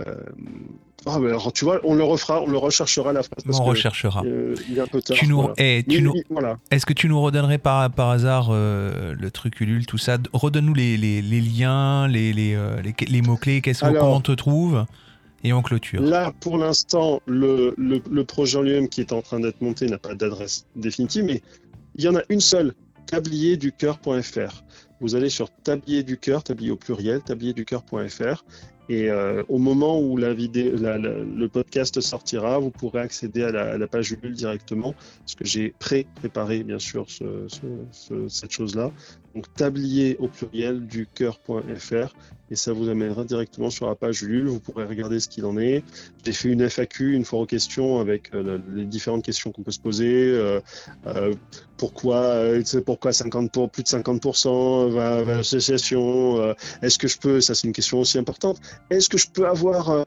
D: alors, tu vois, on le recherchera la phrase.
C: On recherchera.
D: Il est un peu tard.
C: Voilà. Est-ce que tu nous redonnerais par hasard le truc Ulule, tout ça? Redonne-nous les liens, les mots-clés, comment on te trouve, et on clôture.
D: Là, pour l'instant, le projet en lui-même qui est en train d'être monté n'a pas d'adresse définitive, mais il y en a une seule, tablierducoeur.fr. Vous allez sur tablierducoeur, tablier au pluriel, tablierducoeur.fr. Et au moment où le podcast sortira, vous pourrez accéder à la page Ulule directement, parce que j'ai préparé bien sûr cette chose-là. Donc tablier au pluriel du cœur.fr et ça vous amènera directement sur la page Ulule. Vous pourrez regarder ce qu'il en est. J'ai fait une FAQ, une foire aux questions avec les différentes questions qu'on peut se poser. Pourquoi plus de 50% va à l'association, est-ce que je peux, ça c'est une question aussi importante, est-ce que je peux avoir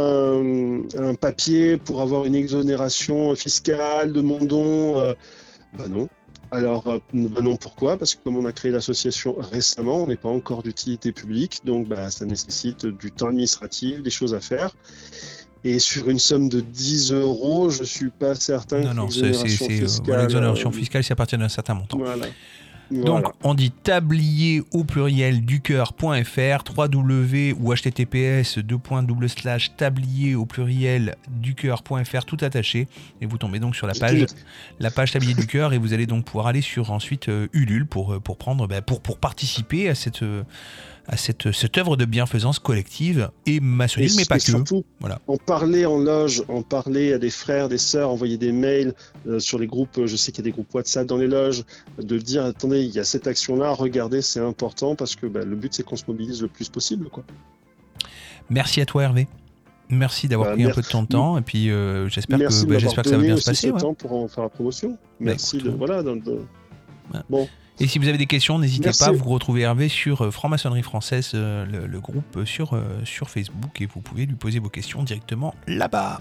D: un papier pour avoir une exonération fiscale de mon don? Non. Alors, non, pourquoi? Parce que comme on a créé l'association récemment, on n'est pas encore d'utilité publique, donc ça nécessite du temps administratif, des choses à faire. Et sur une somme de 10 €, je ne suis pas certain
C: Non, c'est l'exonération fiscale, c'est à partir d'un certain montant.
D: Voilà.
C: Donc, on dit tablier au pluriel du cœur.fr, www ou https tablier au pluriel du cœur.fr, tout attaché, et vous tombez donc sur la page tablier du cœur, et vous allez donc pouvoir aller sur ensuite Ulule pour participer à cette œuvre de bienfaisance collective et maçonnique, mais pas que.
D: Surtout,
C: voilà.
D: On parlait en loge, on parlait à des frères, des sœurs, envoyer des mails sur les groupes, je sais qu'il y a des groupes WhatsApp dans les loges, de dire, attendez, il y a cette action-là, regardez, c'est important, parce que le but, c'est qu'on se mobilise le plus possible, quoi.
C: Merci à toi, Hervé. Merci d'avoir pris un peu de ton temps, et puis j'espère que ça va bien se passer.
D: Merci temps pour en faire la promotion. Merci
C: Bon. Et si vous avez des questions, n'hésitez pas, vous retrouvez Hervé sur Franc-Maçonnerie Française, le groupe sur Facebook, et vous pouvez lui poser vos questions directement là-bas.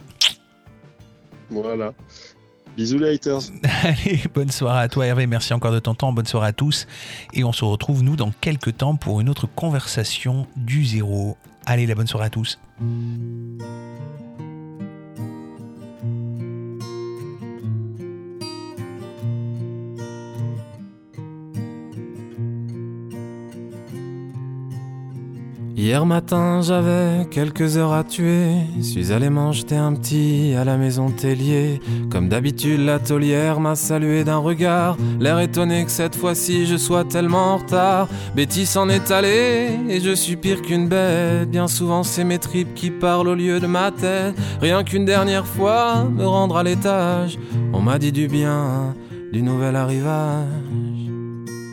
D: Voilà. Bisous les haters.
C: Allez, bonne soirée à toi Hervé, merci encore de ton temps, bonne soirée à tous, et on se retrouve nous dans quelques temps pour une autre conversation du zéro. Allez, la bonne soirée à tous.
F: Hier matin, j'avais quelques heures à tuer. Suis allé m'en jeter un petit à la maison Tellier. Comme d'habitude, la taulière m'a salué d'un regard, l'air étonné que cette fois-ci je sois tellement en retard. Betty s'en est allée et je suis pire qu'une bête. Bien souvent, c'est mes tripes qui parlent au lieu de ma tête. Rien qu'une dernière fois, me rendre à l'étage. On m'a dit du bien du nouvel arrivage.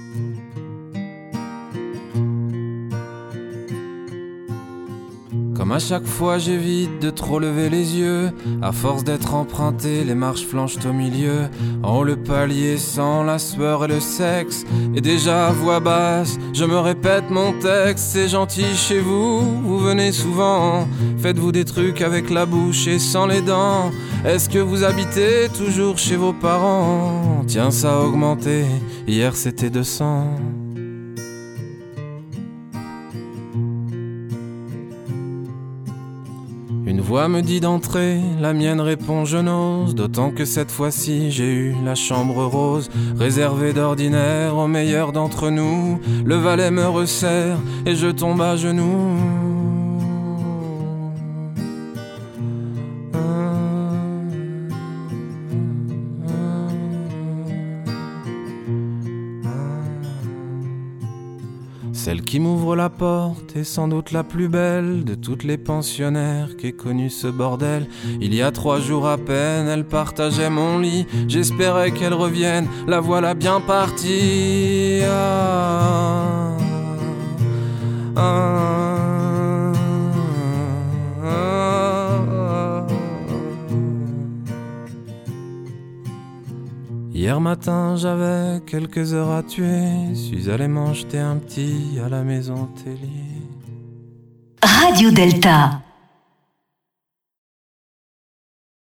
F: Comme Comme à chaque fois j'évite de trop lever les yeux, à force d'être emprunté, les marches flanchent au milieu. En haut le palier sans la sueur et le sexe, et déjà à voix basse, je me répète mon texte. C'est gentil chez vous, vous venez souvent, faites-vous des trucs avec la bouche et sans les dents. Est-ce que vous habitez toujours chez vos parents? Tiens, ça a augmenté, hier c'était 200. Une voix me dit d'entrer, la mienne répond je n'ose. D'autant que cette fois-ci j'ai eu la chambre rose, réservée d'ordinaire aux meilleurs d'entre nous. Le valet me resserre et je tombe à genoux. Celle qui m'ouvre la porte est sans doute la plus belle de toutes les pensionnaires qu'ait connu ce bordel. Il y a 3 jours à peine, elle partageait mon lit. J'espérais qu'elle revienne, la voilà bien partie. Hier matin j'avais quelques heures à tuer, suis allé m'en jeter un petit à la maison télé.
B: Radio Delta.